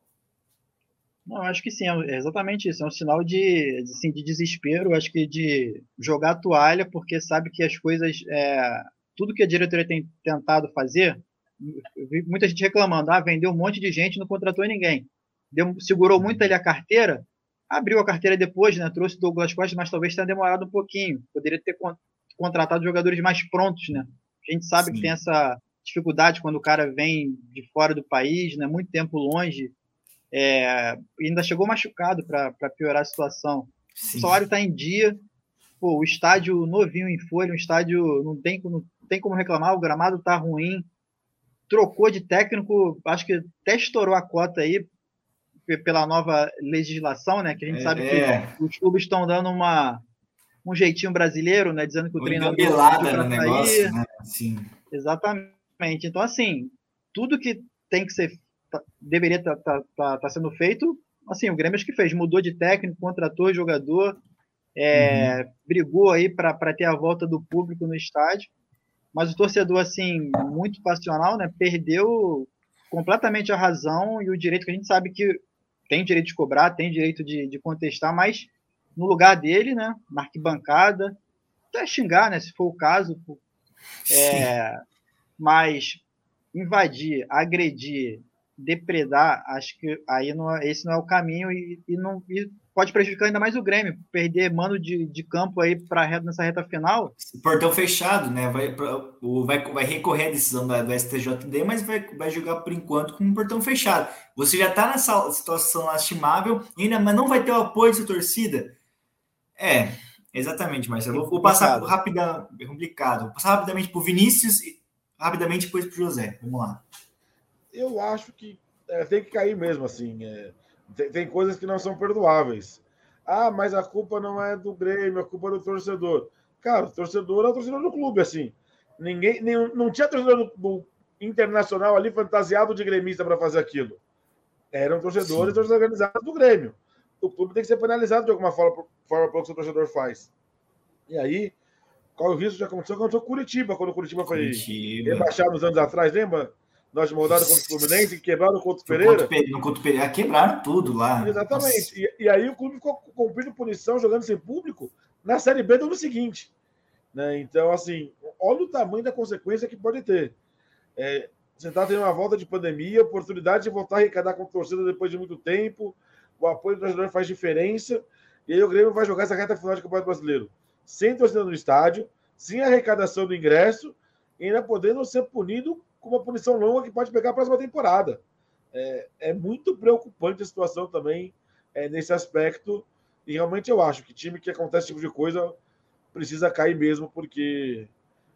Não, acho que sim, é exatamente isso. É um sinal de desespero, acho que de jogar a toalha, porque sabe que as coisas, tudo que a diretoria tem tentado fazer, eu vi muita gente reclamando, vendeu um monte de gente, não contratou ninguém. Segurou muito ali a carteira, abriu a carteira depois, né? Trouxe o Douglas Costa, mas talvez tenha demorado um pouquinho. Poderia ter contratado jogadores mais prontos, né? A gente sabe que tem essa dificuldade quando o cara vem de fora do país, né? Muito tempo longe. E ainda chegou machucado para piorar a situação. Sim. O salário está em dia. Pô, o estádio novinho em folha, um estádio não tem como reclamar, o gramado está ruim. Trocou de técnico, acho que até estourou a cota aí pela nova legislação, né? Que a gente sabe que os clubes estão dando um jeitinho brasileiro, né? Dizendo que o treinador no negócio, né? Sim. Exatamente. Então, assim, tudo que tem que ser deveria estar sendo feito, assim, o Grêmio acho que fez, mudou de técnico, contratou jogador, brigou aí para ter a volta do público no estádio, mas o torcedor, assim, muito passional, né? Perdeu completamente a razão e o direito, que a gente sabe que tem direito de cobrar, tem direito de contestar, mas no lugar dele, né, na arquibancada, até xingar, né, se for o caso, mas invadir, agredir, depredar, acho que aí esse não é o caminho e pode prejudicar ainda mais o Grêmio, perder mando de campo aí nessa reta final. Portão fechado, né? Vai recorrer a decisão do STJD, mas vai jogar por enquanto com um portão fechado. Você já está nessa situação lastimável, mas não vai ter o apoio de sua torcida. Exatamente, Marcelo. Vou passar rapidamente. É complicado. Vou passar rapidamente para o Vinícius e rapidamente depois para o José. Vamos lá. Eu acho que tem que cair mesmo, assim. Tem coisas que não são perdoáveis. Mas a culpa não é do Grêmio, a culpa é do torcedor. Cara, o torcedor é o torcedor do clube, assim. Não tinha torcedor do Internacional ali fantasiado de gremista para fazer aquilo. Eram torcedores organizados do Grêmio. O clube tem que ser penalizado de alguma forma pelo que o seu torcedor faz. E aí, qual o risco? Já aconteceu com Curitiba, quando o Curitiba foi rebaixado uns anos atrás, lembra? Nós mudaram contra o Fluminense, quebraram contra o Pereira. Contra o Pereira, quebraram tudo lá. Exatamente. E aí o clube ficou cumprindo punição, jogando sem público, na Série B do ano seguinte. Né? Então, assim, olha o tamanho da consequência que pode ter. Você está tendo uma volta de pandemia, oportunidade de voltar a arrecadar com a torcida depois de muito tempo, o apoio do torcedor faz diferença, e aí o Grêmio vai jogar essa reta final de Campeonato Brasileiro sem torcida no estádio, sem arrecadação do ingresso, e ainda podendo ser punido com uma punição longa que pode pegar a próxima temporada. É muito preocupante a situação também nesse aspecto, e realmente eu acho que time que acontece esse tipo de coisa precisa cair mesmo, porque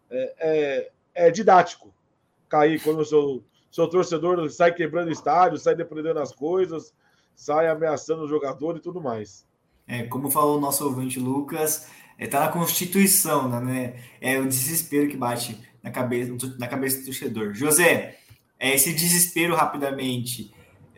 é didático cair quando o seu torcedor sai quebrando estádio, sai depredando as coisas, sai ameaçando o jogador e tudo mais. Como falou o nosso ouvinte Lucas, tá na Constituição, né? É o desespero que bate na cabeça do torcedor. José, esse desespero rapidamente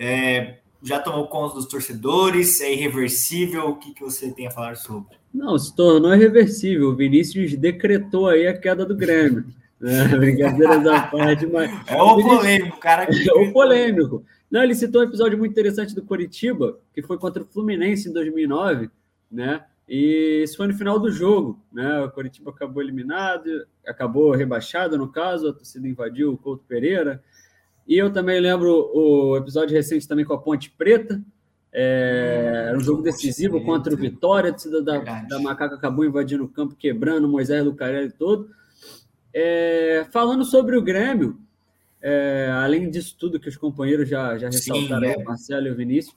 já tomou conta dos torcedores? É irreversível? O que você tem a falar sobre? Não, se tornou irreversível. O Vinícius decretou aí a queda do Grêmio. Brincadeiras à parte, mas... o polêmico, cara. O polêmico. Não, ele citou um episódio muito interessante do Coritiba, que foi contra o Fluminense em 2009, né? E isso foi no final do jogo, né? O Coritiba acabou eliminado, acabou rebaixado, no caso, a torcida invadiu o Couto Pereira. E eu também lembro o episódio recente também com a Ponte Preta. Era um jogo decisivo contra o Vitória, a torcida da Macaca acabou invadindo o campo, quebrando o Moisés Lucarelli todo. Falando sobre o Grêmio, além disso tudo que os companheiros já ressaltaram, o Marcelo e o Vinícius,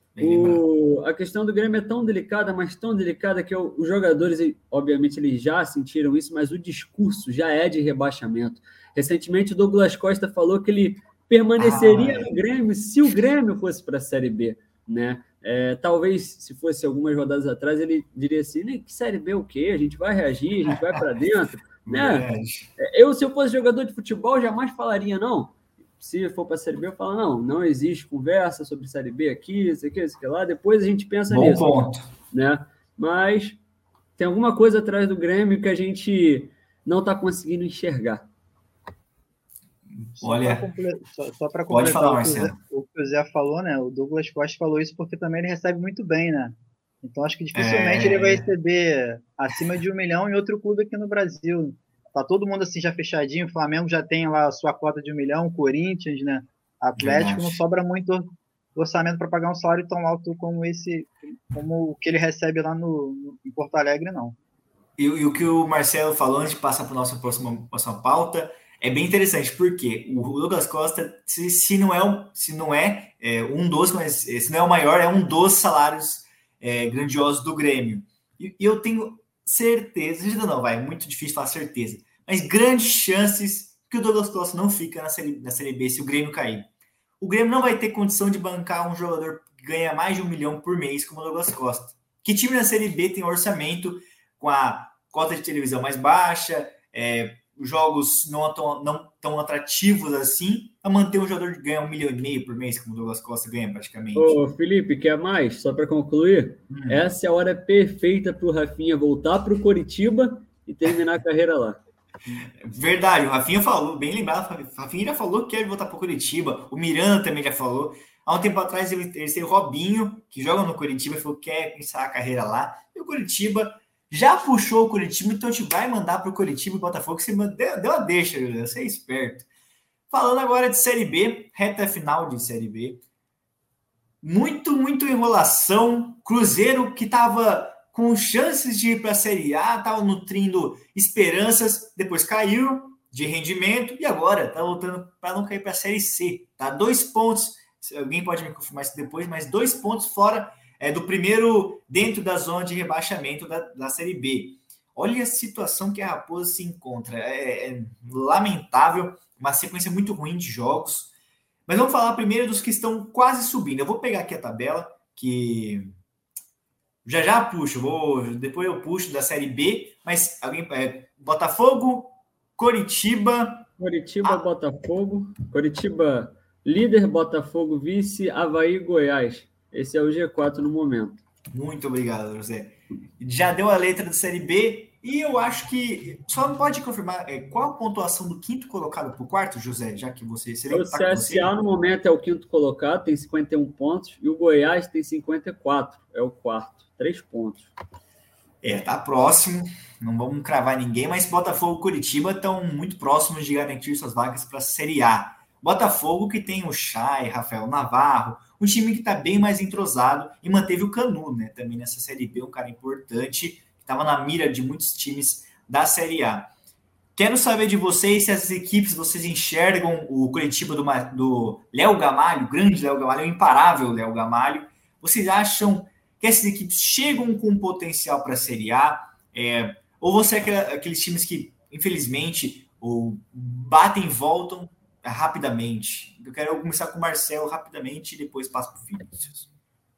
a questão do Grêmio é tão delicada, mas tão delicada que os jogadores, obviamente, eles já sentiram isso, mas o discurso já é de rebaixamento. Recentemente, o Douglas Costa falou que ele permaneceria no Grêmio se o Grêmio fosse para a Série B, né? Talvez, se fosse algumas rodadas atrás, ele diria assim, que Série B o quê? A gente vai reagir, a gente vai para dentro. Né? Se eu fosse jogador de futebol, jamais falaria não. Se for para a Série B, eu falo não existe conversa sobre Série B aqui, isso aqui, isso aqui lá. Depois a gente pensa nisso. Ponto. Né? Mas tem alguma coisa atrás do Grêmio que a gente não está conseguindo enxergar. Olha, só para completar pode falar, Marcelo. O que o Zé falou, né? O Douglas Costa falou isso porque também ele recebe muito bem, né? Então, acho que dificilmente ele vai receber acima de 1 milhão em outro clube aqui no Brasil. Tá todo mundo assim já fechadinho. O Flamengo já tem lá a sua cota de 1 milhão, Corinthians, né? Atlético, não sobra muito orçamento para pagar um salário tão alto como o que ele recebe lá em Porto Alegre, não. E o que o Marcelo falou antes de passar para a nossa próxima pauta é bem interessante, porque o Douglas Costa, se não é um dos, mas se não é o maior, é um dos salários grandiosos do Grêmio. E eu tenho certeza, é muito difícil falar certeza, mas grandes chances que o Douglas Costa não fica na Série B se o Grêmio cair. O Grêmio não vai ter condição de bancar um jogador que ganha mais de 1 milhão por mês como o Douglas Costa. Que time na Série B tem orçamento com a cota de televisão mais baixa, os jogos não tão atrativos assim, para manter um jogador que ganha 1,5 milhão por mês, como o Douglas Costa ganha praticamente. Ô, Felipe, quer mais? Só para concluir, essa é a hora perfeita para o Rafinha voltar para o Coritiba e terminar a carreira lá. Verdade, o Rafinha falou, bem lembrado, o Rafinha já falou que quer voltar para o Coritiba, o Miranda também já falou. Há um tempo atrás ele teve o Robinho, que joga no Coritiba, e falou que quer começar a carreira lá, e o Coritiba já puxou o Coritiba, então a gente vai mandar para o Coritiba e Botafogo. Você deu a deixa, você é esperto. Falando agora de Série B, reta final de Série B. Muito enrolação. Cruzeiro, que estava com chances de ir para a Série A, estava nutrindo esperanças, depois caiu de rendimento e agora está lutando para não cair para a Série C. Tá 2 pontos, alguém pode me confirmar isso depois, mas 2 pontos fora do primeiro, dentro da zona de rebaixamento da Série B. Olha a situação que a Raposa se encontra. É lamentável, uma sequência muito ruim de jogos. Mas vamos falar primeiro dos que estão quase subindo. Eu vou pegar aqui a tabela, que já puxo. Depois eu puxo da Série B, mas Botafogo, Coritiba... Botafogo, Coritiba líder, Botafogo vice, Avaí e Goiás. Esse é o G4 no momento. Muito obrigado, José. Já deu a letra da Série B e eu acho que... Só pode confirmar qual a pontuação do quinto colocado para o quarto, José? Já que você... O CSA no momento é o quinto colocado, tem 51 pontos, e o Goiás tem 54, é o quarto, 3 pontos. Tá próximo. Não vamos cravar ninguém, mas Botafogo e Curitiba estão muito próximos de garantir suas vagas para a Série A. Botafogo que tem o Chay, Rafael Navarro, um time que está bem mais entrosado e manteve o Canu, né? Também nessa Série B, um cara importante, que estava na mira de muitos times da Série A. Quero saber de vocês se essas equipes vocês enxergam o Curitiba do Léo Gamalho, o grande Léo Gamalho, o imparável Léo Gamalho. Vocês acham que essas equipes chegam com potencial para a Série A? Ou você é aqueles times que, infelizmente, batem e voltam rapidamente? Eu quero começar com o Marcelo rapidamente e depois passo para o Vinícius.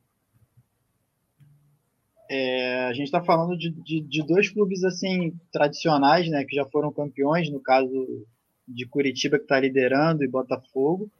A gente está falando de dois clubes assim tradicionais, né, que já foram campeões, no caso de Curitiba, que está liderando, e Botafogo,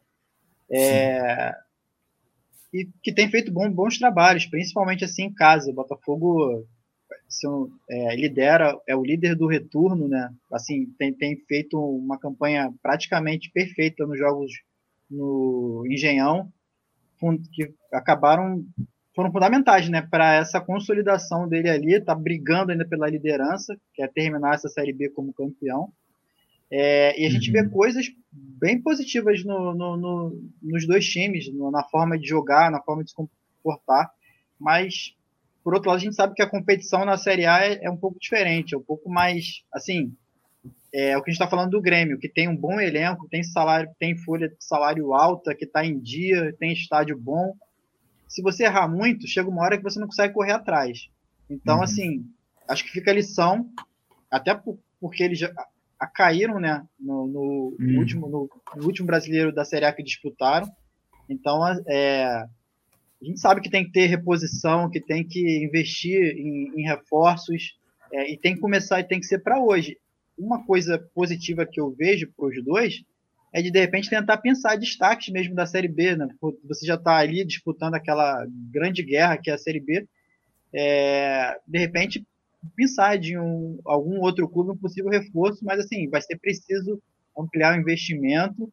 e que tem feito bons trabalhos, principalmente assim em casa. O Botafogo lidera, é o líder do retorno, né? Assim, tem feito uma campanha praticamente perfeita nos jogos no Engenhão, que foram fundamentais, né, para essa consolidação dele ali. Tá brigando ainda pela liderança, que é terminar essa Série B como campeão. E a gente vê coisas bem positivas nos dois times, na forma de jogar, na forma de se comportar, mas, por outro lado, a gente sabe que a competição na Série A é um pouco diferente, é um pouco mais, assim, o que a gente está falando do Grêmio, que tem um bom elenco, tem salário, tem folha de salário alta, que está em dia, tem estádio bom. Se você errar muito, chega uma hora que você não consegue correr atrás. Então, assim, acho que fica a lição, até porque eles já caíram, né, no último brasileiro da Série A que disputaram. Então, a gente sabe que tem que ter reposição, que tem que investir em reforços, e tem que começar, e tem que ser para hoje. Uma coisa positiva que eu vejo para os dois é de repente, tentar pensar destaques mesmo da Série B, né? Você já está ali disputando aquela grande guerra que é a Série B, de repente, pensar de algum outro clube um possível reforço, mas assim, vai ser preciso ampliar o investimento,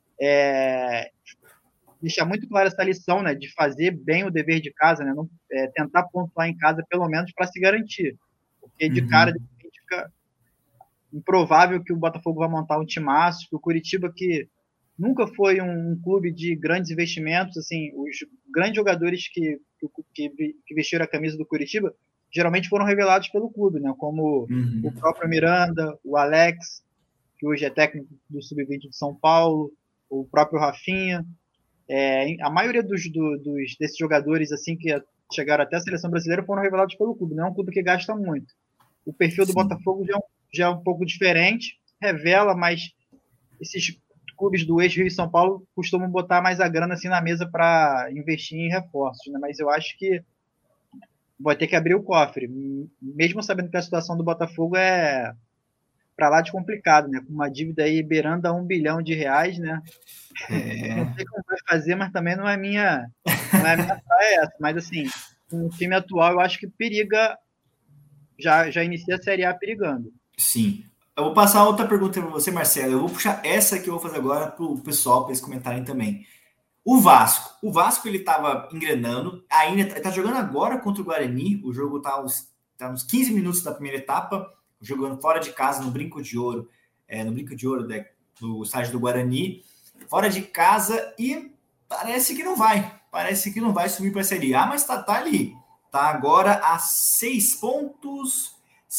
deixar muito clara essa lição, né, de fazer bem o dever de casa, né, não, tentar pontuar em casa pelo menos para se garantir, porque de cara de repente fica improvável que o Botafogo vá montar um timaço, que o Curitiba, que nunca foi um clube de grandes investimentos, assim, os grandes jogadores que vestiram a camisa do Curitiba geralmente foram revelados pelo clube, né? Como o próprio Miranda, o Alex, que hoje é técnico do Sub-20 de São Paulo, o próprio Rafinha. A maioria desses jogadores assim que chegaram até a seleção brasileira foram revelados pelo clube. Não é um clube que gasta muito. O perfil do Botafogo já é um pouco diferente, revela, mas esses clubes do eixo Rio e São Paulo costumam botar mais a grana assim na mesa para investir em reforços, né? Mas eu acho que vai ter que abrir o cofre, mesmo sabendo que a situação do Botafogo é para lá de complicado, né? Com uma dívida aí beirando a R$1 bilhão, né? Não sei como vai fazer, mas também não é minha praia essa. Mas assim, com o time atual, eu acho que periga, já inicia a Série A perigando. Sim. Eu vou passar outra pergunta para você, Marcelo. Eu vou puxar essa que eu vou fazer agora para o pessoal, para eles comentarem também. O Vasco ele estava engrenando, ainda está jogando agora contra o Guarani. O jogo está nos 15 minutos da primeira etapa, jogando fora de casa no Brinco de Ouro, do estádio do Guarani, fora de casa, e parece que não vai subir para a Série A, mas tá ali. Tá agora a 6 pontos.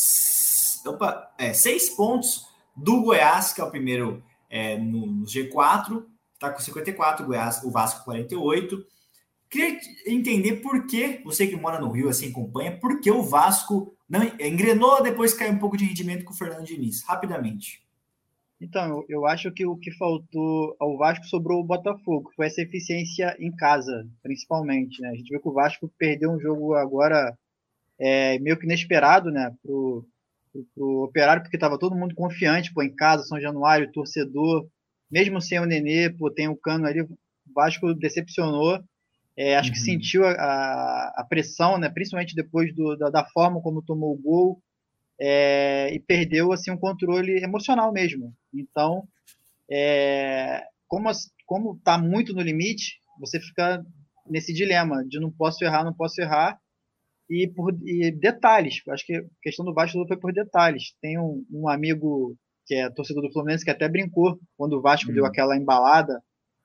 6 pontos do Goiás, que é o primeiro no G4, está com 54, o Vasco 48. Queria entender por que, você que mora no Rio, assim, acompanha, por que o Vasco não engrenou, depois caiu um pouco de rendimento com o Fernando Diniz, rapidamente. Então, eu acho que o que faltou ao Vasco sobrou o Botafogo, foi essa eficiência em casa, principalmente, né? A gente viu que o Vasco perdeu um jogo agora meio que inesperado, né, pro Operário, porque estava todo mundo confiante, em casa, São Januário, torcedor, mesmo sem o Nenê, tem o Cano ali, o Vasco decepcionou, acho que sentiu a pressão, né, principalmente depois da forma como tomou o gol, e perdeu assim, um controle emocional mesmo. Então, como está muito no limite, você fica nesse dilema de não posso errar, e detalhes. Acho que a questão do Vasco foi por detalhes. Tem um amigo que é torcedor do Fluminense que até brincou quando o Vasco deu aquela embalada,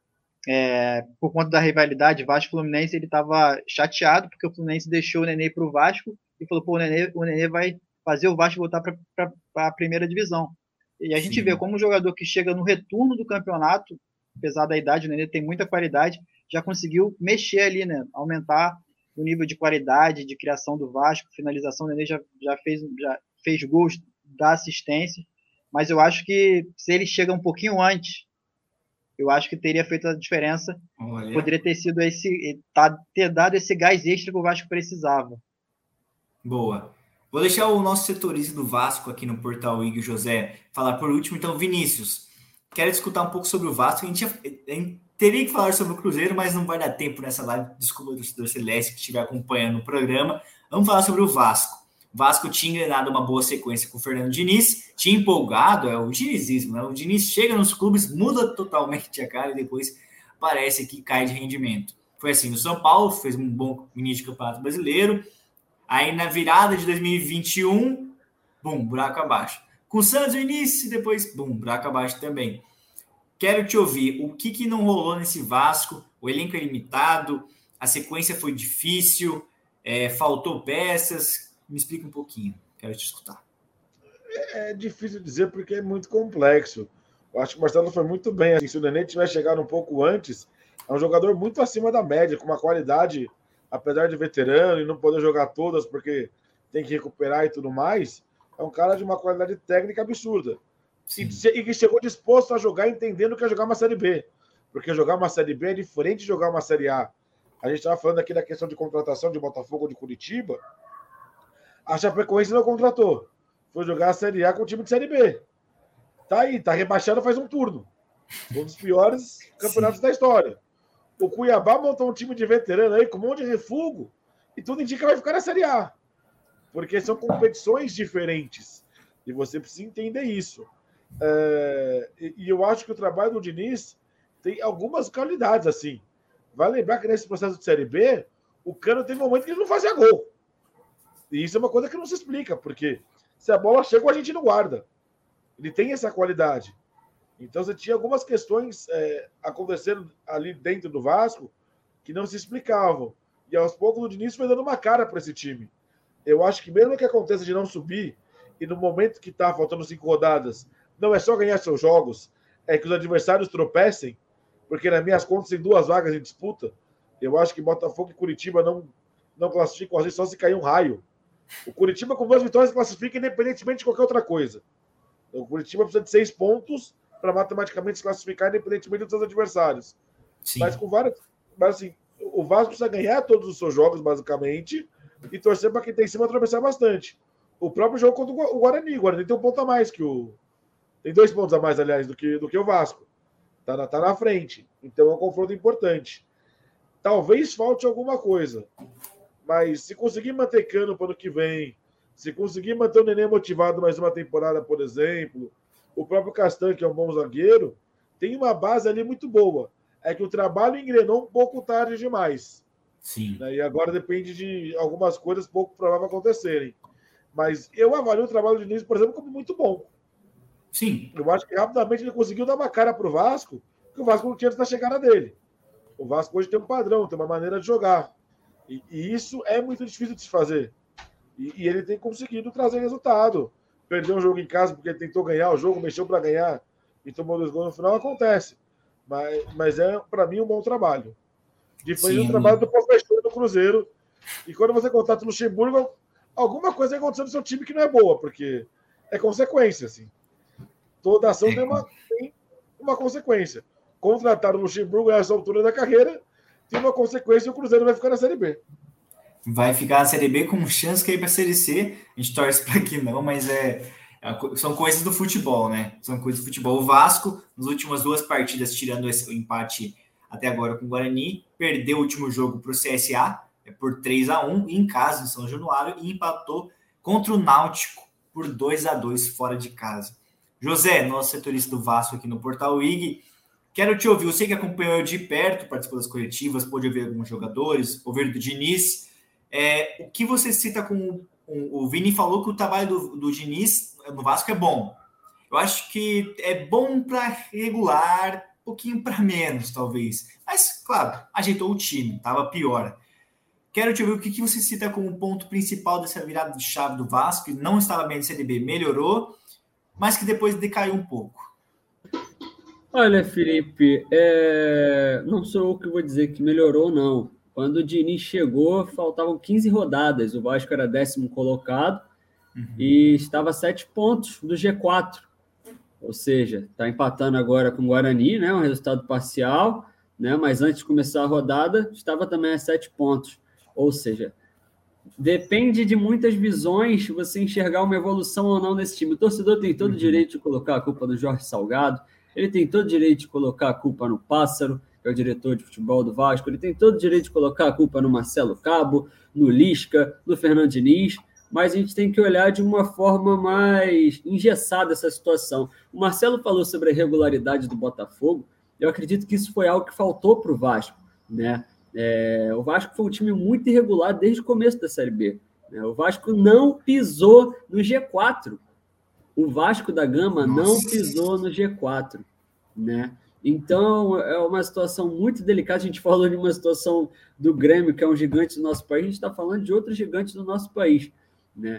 por conta da rivalidade Vasco-Fluminense. Ele estava chateado porque o Fluminense deixou o Nenê para o Vasco e falou, pô, o Nenê vai fazer o Vasco voltar para a primeira divisão. E a gente vê como um jogador que chega no retorno do campeonato, apesar da idade, o Nenê tem muita qualidade, já conseguiu mexer ali, né? Aumentar o nível de qualidade, de criação do Vasco, finalização. O Nenê já fez gols, dá assistência, mas eu acho que se ele chega um pouquinho antes, eu acho que teria feito a diferença. Olha. Poderia ter sido ter dado esse gás extra que o Vasco precisava. Boa. Vou deixar o nosso setorista do Vasco aqui no Portal IG, José, falar por último. Então, Vinícius, quero escutar um pouco sobre o Vasco. A gente teria que falar sobre o Cruzeiro, mas não vai dar tempo nessa live. Desculpa o torcedor Celeste que estiver acompanhando o programa. Vamos falar sobre o Vasco. O Vasco tinha engrenado uma boa sequência com o Fernando Diniz, tinha empolgado, é o dinizismo, né? O Diniz chega nos clubes, muda totalmente a cara e depois parece que cai de rendimento. Foi assim no São Paulo, fez um bom início de campeonato brasileiro. Aí na virada de 2021, buraco abaixo. Com o Santos no início, depois, buraco abaixo também. Quero te ouvir, o que não rolou nesse Vasco? O elenco é limitado, a sequência foi difícil, faltou peças. Me explica um pouquinho, quero te escutar. É difícil dizer porque é muito complexo. Eu acho que o Marcelo foi muito bem. Assim, se o Nenê tivesse chegado um pouco antes, é um jogador muito acima da média, com uma qualidade, apesar de veterano e não poder jogar todas porque tem que recuperar e tudo mais, é um cara de uma qualidade técnica absurda. E que chegou disposto a jogar entendendo que é jogar uma Série B. Porque jogar uma Série B é diferente de jogar uma Série A. A gente estava falando aqui da questão de contratação de Botafogo ou de Curitiba. A Chapecoense não contratou. Foi jogar a Série A com o time de Série B. Tá aí, tá rebaixado faz um turno. Um dos piores campeonatos da história. O Cuiabá montou um time de veterano aí com um monte de refugo e tudo indica que vai ficar na Série A. Porque são competições diferentes. E você precisa entender isso. E eu acho que o trabalho do Diniz tem algumas qualidades, assim. Vai lembrar que nesse processo de Série B, o Cano teve um momento que ele não fazia gol. E isso é uma coisa que não se explica, porque se a bola chega, a gente não guarda. Ele tem essa qualidade. Então você tinha algumas questões acontecendo ali dentro do Vasco que não se explicavam. E aos poucos o Diniz foi dando uma cara para esse time. Eu acho que mesmo que aconteça de não subir, e no momento que está faltando 5 rodadas, não é só ganhar seus jogos, é que os adversários tropecem, porque nas minhas contas tem 2 vagas em disputa. Eu acho que Botafogo e Curitiba não classificam, às vezes só se cair um raio. O Curitiba com 2 vitórias classifica independentemente de qualquer outra coisa. O Curitiba precisa de 6 pontos para matematicamente se classificar independentemente dos seus adversários. Sim. Mas com várias... Mas assim, o Vasco precisa ganhar todos os seus jogos, basicamente, e torcer para quem tem em cima tropeçar bastante. O próprio jogo contra o Guarani. O Guarani tem 1 ponto a mais que o... Tem 2 pontos a mais, aliás, do que o Vasco. Tá na frente. Então é um confronto importante. Talvez falte alguma coisa. Mas se conseguir manter Cano para o ano que vem, se conseguir manter o Nenê motivado mais uma temporada, por exemplo, o próprio Castan, que é um bom zagueiro, tem uma base ali muito boa. É que o trabalho engrenou um pouco tarde demais. Sim. E agora depende de algumas coisas pouco prováveis acontecerem. Mas eu avalio o trabalho do Diniz, por exemplo, como muito bom. Sim. Eu acho que rapidamente ele conseguiu dar uma cara para o Vasco, que o Vasco não tinha antes da chegada dele. O Vasco hoje tem um padrão, tem uma maneira de jogar. E isso é muito difícil de se fazer. E ele tem conseguido trazer resultado. Perdeu um jogo em casa porque ele tentou ganhar o jogo, mexeu para ganhar e tomou 2 gols no final, acontece. Mas é, para mim, um bom trabalho. Diferente do trabalho do professor do Cruzeiro. E quando você contrata o Luxemburgo, alguma coisa aconteceu no seu time que não é boa, porque é consequência, assim. Toda ação tem uma consequência. Contratar o Luxemburgo a essa altura da carreira tem uma consequência e o Cruzeiro vai ficar na Série B. Vai ficar na Série B com chance de cair para a Série C. A gente torce para que não, mas são coisas do futebol, né? São coisas do futebol. O Vasco, nas últimas 2 partidas, tirando o empate até agora com o Guarani, perdeu o último jogo para o CSA por 3-1 em casa, em São Januário, e empatou contra o Náutico por 2-2 fora de casa. José, nosso setorista do Vasco aqui no Portal IG, quero te ouvir. Eu sei que acompanhou de perto, participou das coletivas, pôde ouvir alguns jogadores, ouvir do Diniz. O que você cita com o Vini falou que o trabalho do Diniz no Vasco é bom. Eu acho que é bom para regular, um pouquinho para menos, talvez. Mas, claro, ajeitou o time, estava pior. Quero te ouvir o que você cita como ponto principal dessa virada de chave do Vasco, que não estava bem no Série B, melhorou, mas que depois decaiu um pouco. Olha, Felipe, não sou eu que vou dizer que melhorou, não. Quando o Diniz chegou, faltavam 15 rodadas. O Vasco era 10º colocado e estava a 7 pontos do G4. Ou seja, está empatando agora com o Guarani, né? Um resultado parcial, né? Mas antes de começar a rodada, estava também a 7 pontos. Ou seja, depende de muitas visões você enxergar uma evolução ou não nesse time. O torcedor tem todo o direito de colocar a culpa no Jorge Salgado, ele tem todo o direito de colocar a culpa no Pássaro, que é o diretor de futebol do Vasco, ele tem todo o direito de colocar a culpa no Marcelo Cabo, no Lisca, no Fernando Diniz, mas a gente tem que olhar de uma forma mais engessada essa situação. O Marcelo falou sobre a irregularidade do Botafogo, eu acredito que isso foi algo que faltou para o Vasco, né? O Vasco foi um time muito irregular desde o começo da Série B, né? O Vasco não pisou no G4. O Vasco da Gama não pisou no G4, né? Então, é uma situação muito delicada. A gente falou de uma situação do Grêmio, que é um gigante do nosso país, a gente está falando de outro gigante do nosso país, né?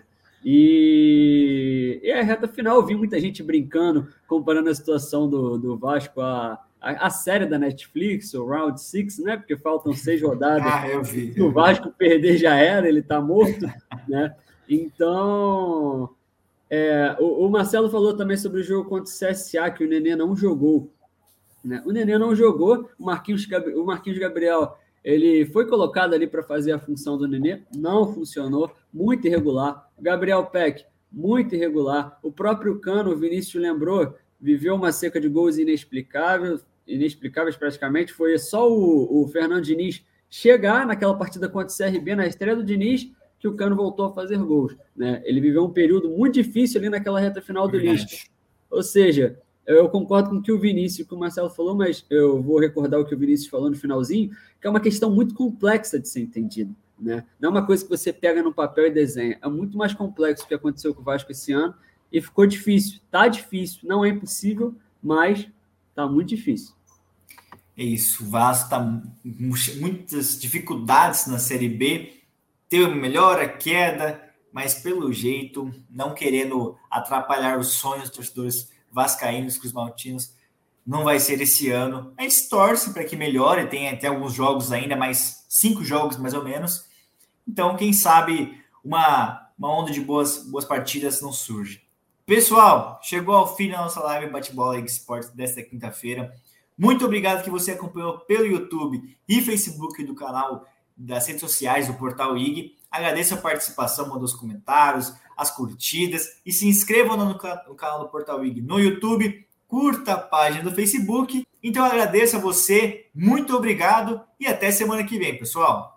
E a reta final, eu vi muita gente brincando, comparando a situação do Vasco a série da Netflix, o Round 6, né? Porque faltam 6 rodadas. Eu vi. Se o Vasco perder, já era, ele está morto, né? Então, o Marcelo falou também sobre o jogo contra o CSA, que o Nenê não jogou, né? O Nenê não jogou, o Marquinhos Gabriel, ele foi colocado ali para fazer a função do Nenê, não funcionou, muito irregular. Gabriel Peck, muito irregular. O próprio Cano, o Vinícius lembrou, viveu uma seca de gols inexplicáveis praticamente. Foi só o Fernando Diniz chegar naquela partida contra o CRB, na estreia do Diniz, que o Cano voltou a fazer gols, né? Ele viveu um período muito difícil ali naquela reta final do Lisca. Ou seja, eu concordo com o que o Vinícius e o que o Marcelo falou, mas eu vou recordar o que o Vinícius falou no finalzinho, que é uma questão muito complexa de ser entendida, né? Não é uma coisa que você pega no papel e desenha. É muito mais complexo o que aconteceu com o Vasco esse ano e ficou difícil. Tá difícil, não é impossível, mas tá muito difícil. É isso, o Vasco está com muitas dificuldades na Série B, teve melhora, queda, mas pelo jeito, não querendo atrapalhar os sonhos dos torcedores vascaínos, cruzmaltinos, não vai ser esse ano. A gente torce para que melhore, tem até alguns jogos ainda, mais 5 jogos mais ou menos. Então, quem sabe uma onda de boas partidas não surge. Pessoal, chegou ao fim da nossa live Bate-Bola Esportes desta quinta-feira. Muito obrigado que você acompanhou pelo YouTube e Facebook do canal, das redes sociais do Portal IG. Agradeço a participação, mandou os comentários, as curtidas e se inscrevam no canal do Portal IG no YouTube, curta a página do Facebook. Então agradeço a você, muito obrigado e até semana que vem, pessoal.